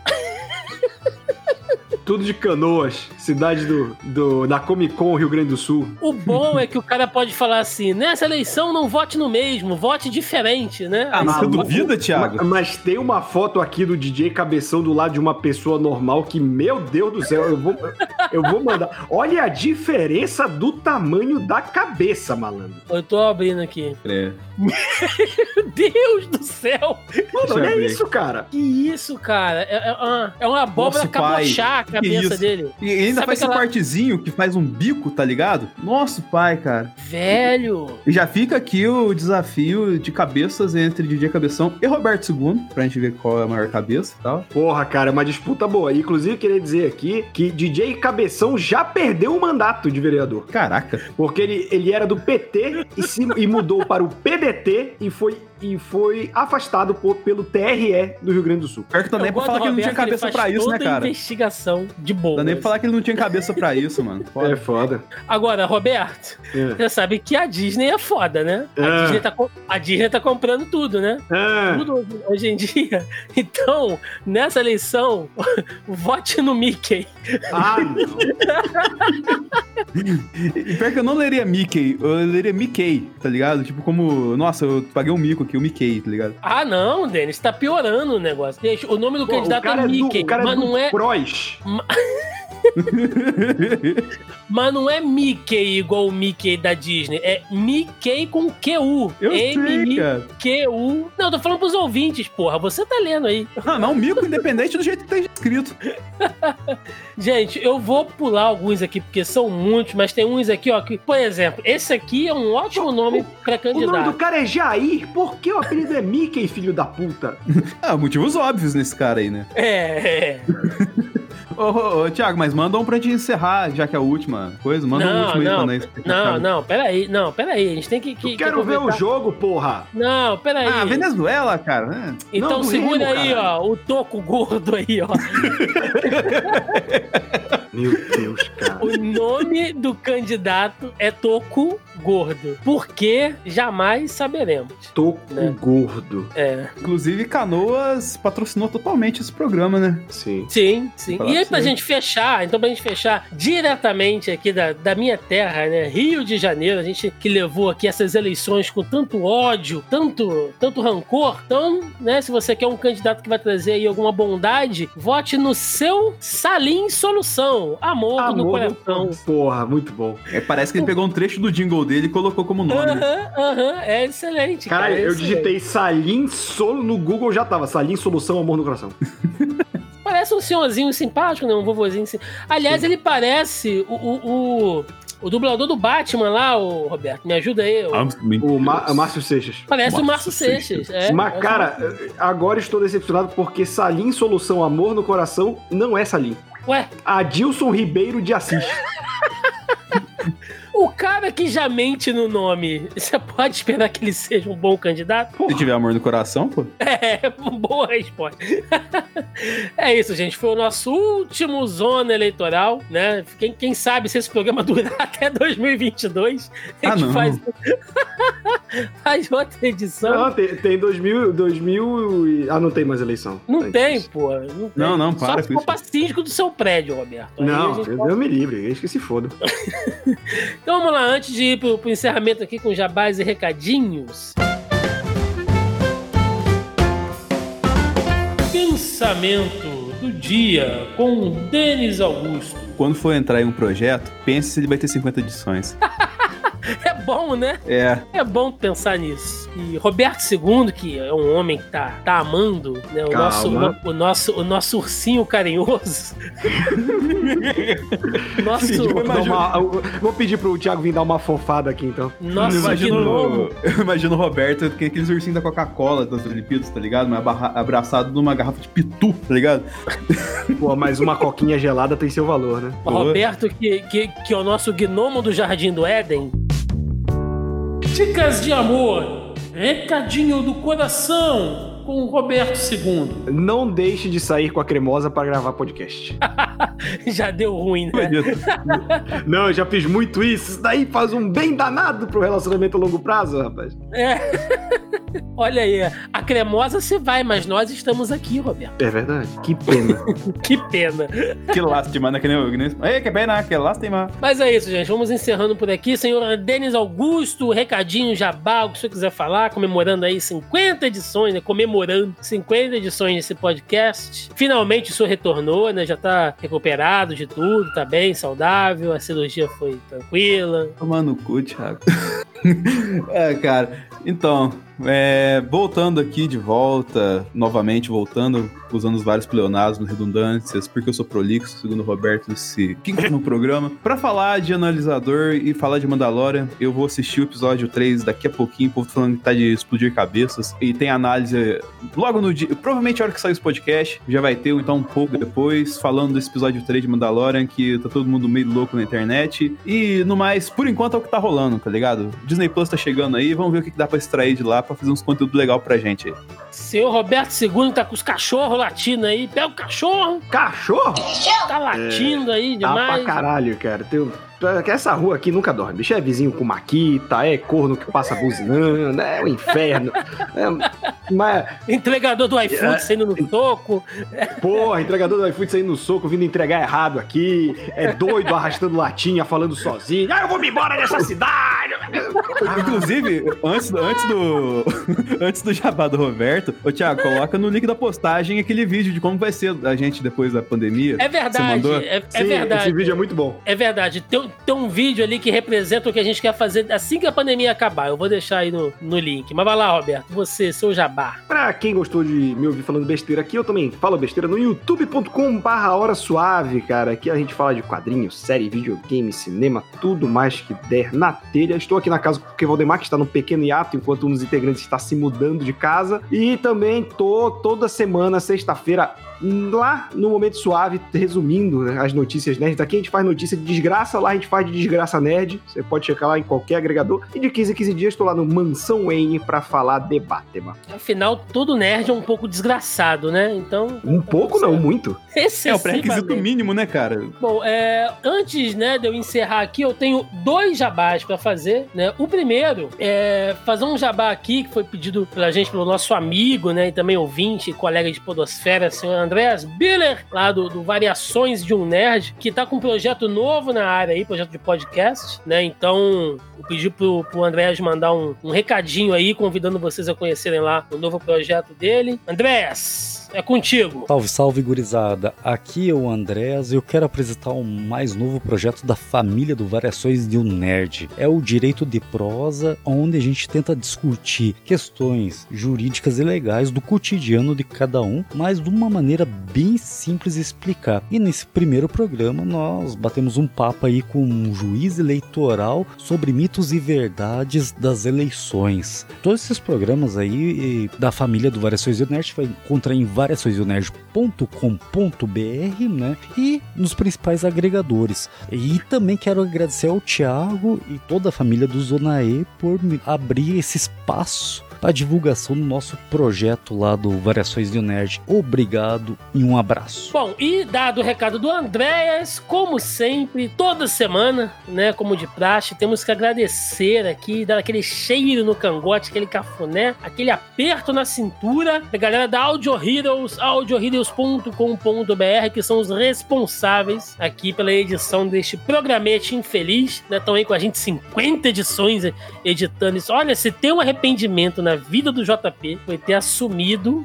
Tudo de Canoas, cidade da Comic Con Rio Grande do Sul. O bom é que o cara pode falar assim, nessa eleição não vote no mesmo, vote diferente, né? Ah, mas você duvida, Thiago? Mas tem uma foto aqui do DJ Cabeção do lado de uma pessoa normal que, meu Deus do céu, eu vou mandar. Olha a diferença do tamanho da cabeça, malandro. Eu tô abrindo aqui. É. Meu Deus do céu! Mano, olha isso, cara. Que isso, cara? É uma abóbora cabochar a cabeça dele. E ainda Sabe faz esse cortezinho que faz um bico, tá ligado? Nosso pai, cara. Velho! E já fica aqui o desafio de cabeças entre DJ Cabeção e Roberto II, pra gente ver qual é a maior cabeça e tal. Porra, cara, é uma disputa boa. Inclusive, queria dizer aqui que DJ Cabeção já perdeu o mandato de vereador. Caraca. Porque ele era do PT e mudou para o PDT e foi afastado pelo TRE do Rio Grande do Sul. Pior que também pra falar que ele não tinha cabeça pra isso, né, cara? Investigação de boa. Dá nem pra falar que ele não tinha cabeça pra isso, mano. Foda. É foda. Agora, Roberto, você sabe que a Disney é foda, né? A Disney tá comprando tudo, né? Tudo hoje em dia. Então, nessa eleição, vote no Mickey. Ah, não. E pior que eu não leria Mickey, eu leria Mickey, tá ligado? Tipo, como, nossa, eu paguei um mico aqui que o Mickey, tá ligado? Ah, não, Denis, tá piorando o negócio. Gente, o nome do candidato é Mickey, mas não é... Prois. Mas não é Mickey igual o Mickey da Disney, é Mickey com QU. Eu sei, cara. M-I-Q-U. Não, eu tô falando pros ouvintes, porra. Você tá lendo aí. Ah, não, mico independente do jeito que tá escrito. Gente, eu vou pular alguns aqui, porque são muitos, mas tem uns aqui, ó, que, por exemplo, esse aqui é um ótimo nome pra O candidato. nome do cara é Jair. Por que o apelido é Mickey, filho da puta? Ah, motivos óbvios nesse cara aí, né? É. Ô, Thiago, mas manda um pra gente encerrar, já que é a última coisa. Manda um último aí pra nós. Não, peraí. A gente tem que Eu quero ver o jogo, porra. Não, peraí. Ah, Venezuela, cara. Né? Então Não, segura Remo, aí, cara. ó, o toco gordo aí, ó. Meu Deus, cara. O nome do candidato é Toco Gordo. Por quê? Jamais saberemos. Tô com Né? gordo. É. Inclusive, Canoas patrocinou totalmente esse programa, né? Sim. Sim. Falar E aí, pra pra você. gente fechar, diretamente aqui da minha terra, né? Rio de Janeiro, a gente que levou aqui essas eleições com tanto ódio, tanto rancor. Então, né, se você quer um candidato que vai trazer aí alguma bondade, vote no seu Salim Solução. Amor no coração. Porra, muito bom. Parece que ele pegou um trecho do jingle dele e colocou como nome. É excelente. Caralho, cara, eu excelente. digitei Salim Solo no Google, já tava. Salim Solução, Amor no Coração. Parece um senhorzinho simpático, né? Um vovozinho. Aliás, ele parece o dublador do Batman lá, o Roberto. Me ajuda aí. O Márcio Seixas. Parece o Márcio Márcio Seixas. Mas, cara, agora estou decepcionado porque Salim Solução, Amor no Coração não é Salim. Ué, Adilson Ribeiro de Assis. o cara que já mente no nome, você pode esperar que ele seja um bom candidato? Se tiver amor no coração, pô. É, boa resposta. É isso, gente. Foi o nosso último Zona Eleitoral, né? Quem sabe se esse programa durar até 2022, a gente não. faz outra edição. Não, tem 2000 e... Ah, não tem mais eleição. Não Tá tem, difícil. pô. Não, Só para se com for isso. pra síndico do seu prédio, Roberto. Aí a Não, gente eu me livre, eles que se foda. Então vamos lá, antes de ir pro encerramento aqui com jabás e recadinhos. Pensamento do dia com o Denis Augusto. Quando for entrar em um projeto, pense se ele vai ter 50 edições. É bom, né? É. É bom pensar nisso. E Roberto II, que é um homem que tá amando, né? O nosso ursinho carinhoso. Vou pedir pro Thiago vir dar uma fofada aqui, então. Nosso Eu imagino o Roberto, que é aqueles ursinhos da Coca-Cola das Olimpíadas, tá ligado? Mas abraçado numa garrafa de pitu, tá ligado? Pô, mas uma coquinha gelada tem seu valor, né? O Roberto, que é o nosso gnomo do Jardim do Éden. Dicas de amor, recadinho do coração com o Roberto II. Não deixe de sair com a cremosa pra gravar podcast. Já deu ruim, né? Não, eu já fiz muito isso. Isso daí faz um bem danado pro relacionamento a longo prazo, rapaz. É. Olha aí, a cremosa se vai, mas nós estamos aqui, Roberto. É verdade. Que pena. Que pena. Que lástima, né? Que nem... Ei, que pena, que lástima. Mas é isso, gente. Vamos encerrando por aqui. Senhor Denis Augusto, recadinho, jabá, o que o senhor quiser falar, comemorando aí 50 edições, né? Comemorando 50 edições desse podcast. Finalmente o senhor retornou, né? Já tá recuperado de tudo, tá bem, saudável, a cirurgia foi tranquila. Tomando no cu, Thiago. Cara, então, voltando aqui de volta, novamente voltando, usando os vários pleonasmos, redundâncias, porque eu sou prolixo, segundo o Roberto, no programa. Pra falar de Analisador e falar de Mandalorian, eu vou assistir o episódio 3 daqui a pouquinho, o povo falando que tá de explodir cabeças, e tem análise logo no dia, provavelmente a hora que sair esse podcast, já vai ter, ou então um pouco depois, falando desse episódio 3 de Mandalorian, que tá todo mundo meio louco na internet, e no mais, por enquanto é o que tá rolando, tá ligado? Disney Plus tá chegando aí, vamos ver o que dá pra extrair de lá pra fazer uns conteúdos legais pra gente aí. Senhor Roberto II tá com os cachorros latindo aí. Pega o cachorro. Cachorro? Tá latindo aí Tá demais. pra caralho, cara. essa rua aqui nunca dorme, bicho. É vizinho com maquita, é corno que passa buzinando, é o inferno. Mas... Entregador do iFood saindo no soco. Porra, entregador do iFood saindo no soco, vindo entregar errado aqui. É doido arrastando latinha, falando sozinho. Eu vou me embora dessa cidade. Inclusive, antes do jabá do Roberto, ô Thiago, coloca no link da postagem aquele vídeo de como vai ser a gente depois da pandemia. É verdade, Sim, verdade. Esse vídeo é muito bom. É verdade. Tem um vídeo ali que representa o que a gente quer fazer assim que a pandemia acabar. Eu vou deixar aí no link. Mas vai lá, Roberto. Você, seu jabá. Pra quem gostou de me ouvir falando besteira aqui, eu também falo besteira no youtube.com/Hora Suave, cara. Aqui a gente fala de quadrinhos, série, videogame, cinema, tudo mais que der na telha. Estou aqui na casa com o Valdemar, que está num pequeno hiato, enquanto um dos integrantes está se mudando de casa. E também tô toda semana, sexta-feira, lá no Momento Suave, resumindo, né, as notícias nerds. Aqui a gente faz notícia de desgraça, lá a gente faz de desgraça nerd. Você pode checar lá em qualquer agregador. E de 15 em 15 dias estou lá no Mansão Wayne pra falar de Batman. Afinal, todo nerd é um pouco desgraçado, né? Então... Um pouco não, muito. É o pré-requisito mínimo, né, cara? Bom, antes, né, de eu encerrar aqui, eu tenho 2 jabás pra fazer, né? O primeiro é fazer um jabá aqui, que foi pedido pela gente, pelo nosso amigo, né, e também ouvinte e colega de podosfera, senhor Andreas Biller, lá do Variações de um Nerd, que tá com um projeto novo na área aí, projeto de podcast, né? Então, eu pedi pro Andreas mandar um recadinho aí, convidando vocês a conhecerem lá o novo projeto dele. Andreas, é contigo. Salve, salve, gurizada. Aqui é o Andrés e eu quero apresentar um mais novo projeto da família do Variações de um Nerd. É o Direito de Prosa, onde a gente tenta discutir questões jurídicas e legais do cotidiano de cada um, mas de uma maneira bem simples de explicar. E nesse primeiro programa nós batemos um papo aí com um juiz eleitoral sobre mitos e verdades das eleições. Todos esses programas aí da família do Variações de um Nerd vai encontrar em variaçõesdonerd.com.br, né? E nos principais agregadores. E também quero agradecer ao Thiago e toda a família do Zona E por abrir esse espaço para divulgação do nosso projeto lá do Variações de um Nerd. Obrigado e um abraço. Bom, e dado o recado do Andreas, como sempre, toda semana, né, como de praxe, temos que agradecer aqui, dar aquele cheiro no cangote, aquele cafuné, aquele aperto na cintura da galera da Audio Heroes, audioheroes.com.br, que são os responsáveis aqui pela edição deste programete infeliz, né? Estão aí com a gente 50 edições editando isso. Olha, se tem um arrependimento na vida do JP, foi ter assumido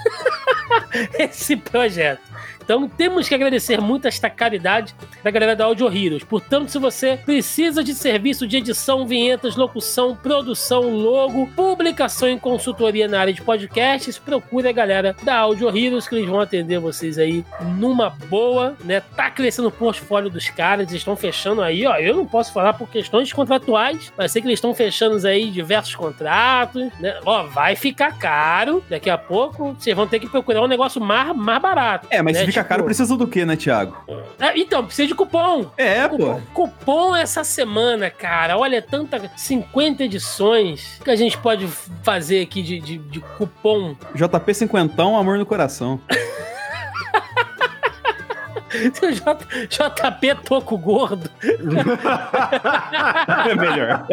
esse projeto. Então temos que agradecer muito esta caridade da galera da Audio Heroes. Portanto, se você precisa de serviço de edição, vinhetas, locução, produção, logo, publicação e consultoria na área de podcasts, procure a galera da Audio Heroes, que eles vão atender vocês aí numa boa, né? Tá crescendo o portfólio dos caras, eles estão fechando aí, ó, eu não posso falar por questões contratuais, mas sei que eles estão fechando aí diversos contratos, né? Ó, vai ficar caro, daqui a pouco vocês vão ter que procurar um negócio mais barato. Mas né? se fica caro, precisa do quê, né, Thiago? Então, precisa de cupom. Pô. Cupom essa semana, cara. Olha, 50 edições que a gente pode fazer aqui de cupom. JP 50, amor no coração. JP Toco Gordo. É melhor.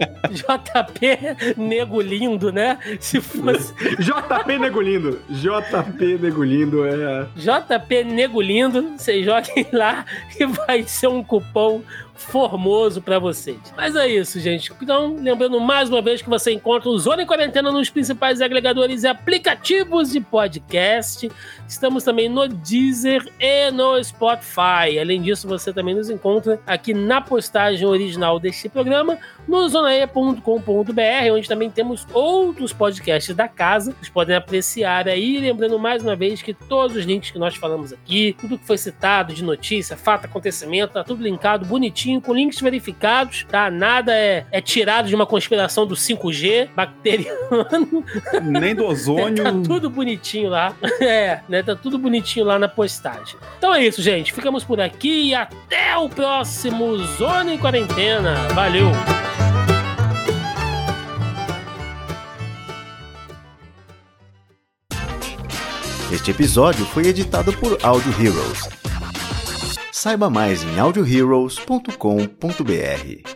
JP Nego Lindo, né? Se fosse... JP Nego Lindo. JP Nego Lindo é... JP Nego Lindo. Vocês joguem lá e vai ser um cupom formoso pra vocês. Mas é isso, gente. Então, lembrando mais uma vez que você encontra o Zona em Quarentena nos principais agregadores e aplicativos de podcast. Estamos também no Deezer e no Spotify. Além disso, você também nos encontra aqui na postagem original deste programa, no zonae.com.br, onde também temos outros podcasts da casa. Vocês podem apreciar aí. Lembrando mais uma vez que todos os links que nós falamos aqui, tudo que foi citado de notícia, fato, acontecimento, tá tudo linkado bonitinho, com links verificados, tá? Nada é tirado de uma conspiração do 5G bacteriano. Nem do ozônio. Tá tudo bonitinho lá. Né? Tá tudo bonitinho lá na postagem. Então é isso, gente. Ficamos por aqui e até o próximo Zona em Quarentena. Valeu! Este episódio foi editado por Audio Heroes. Saiba mais em audioheroes.com.br.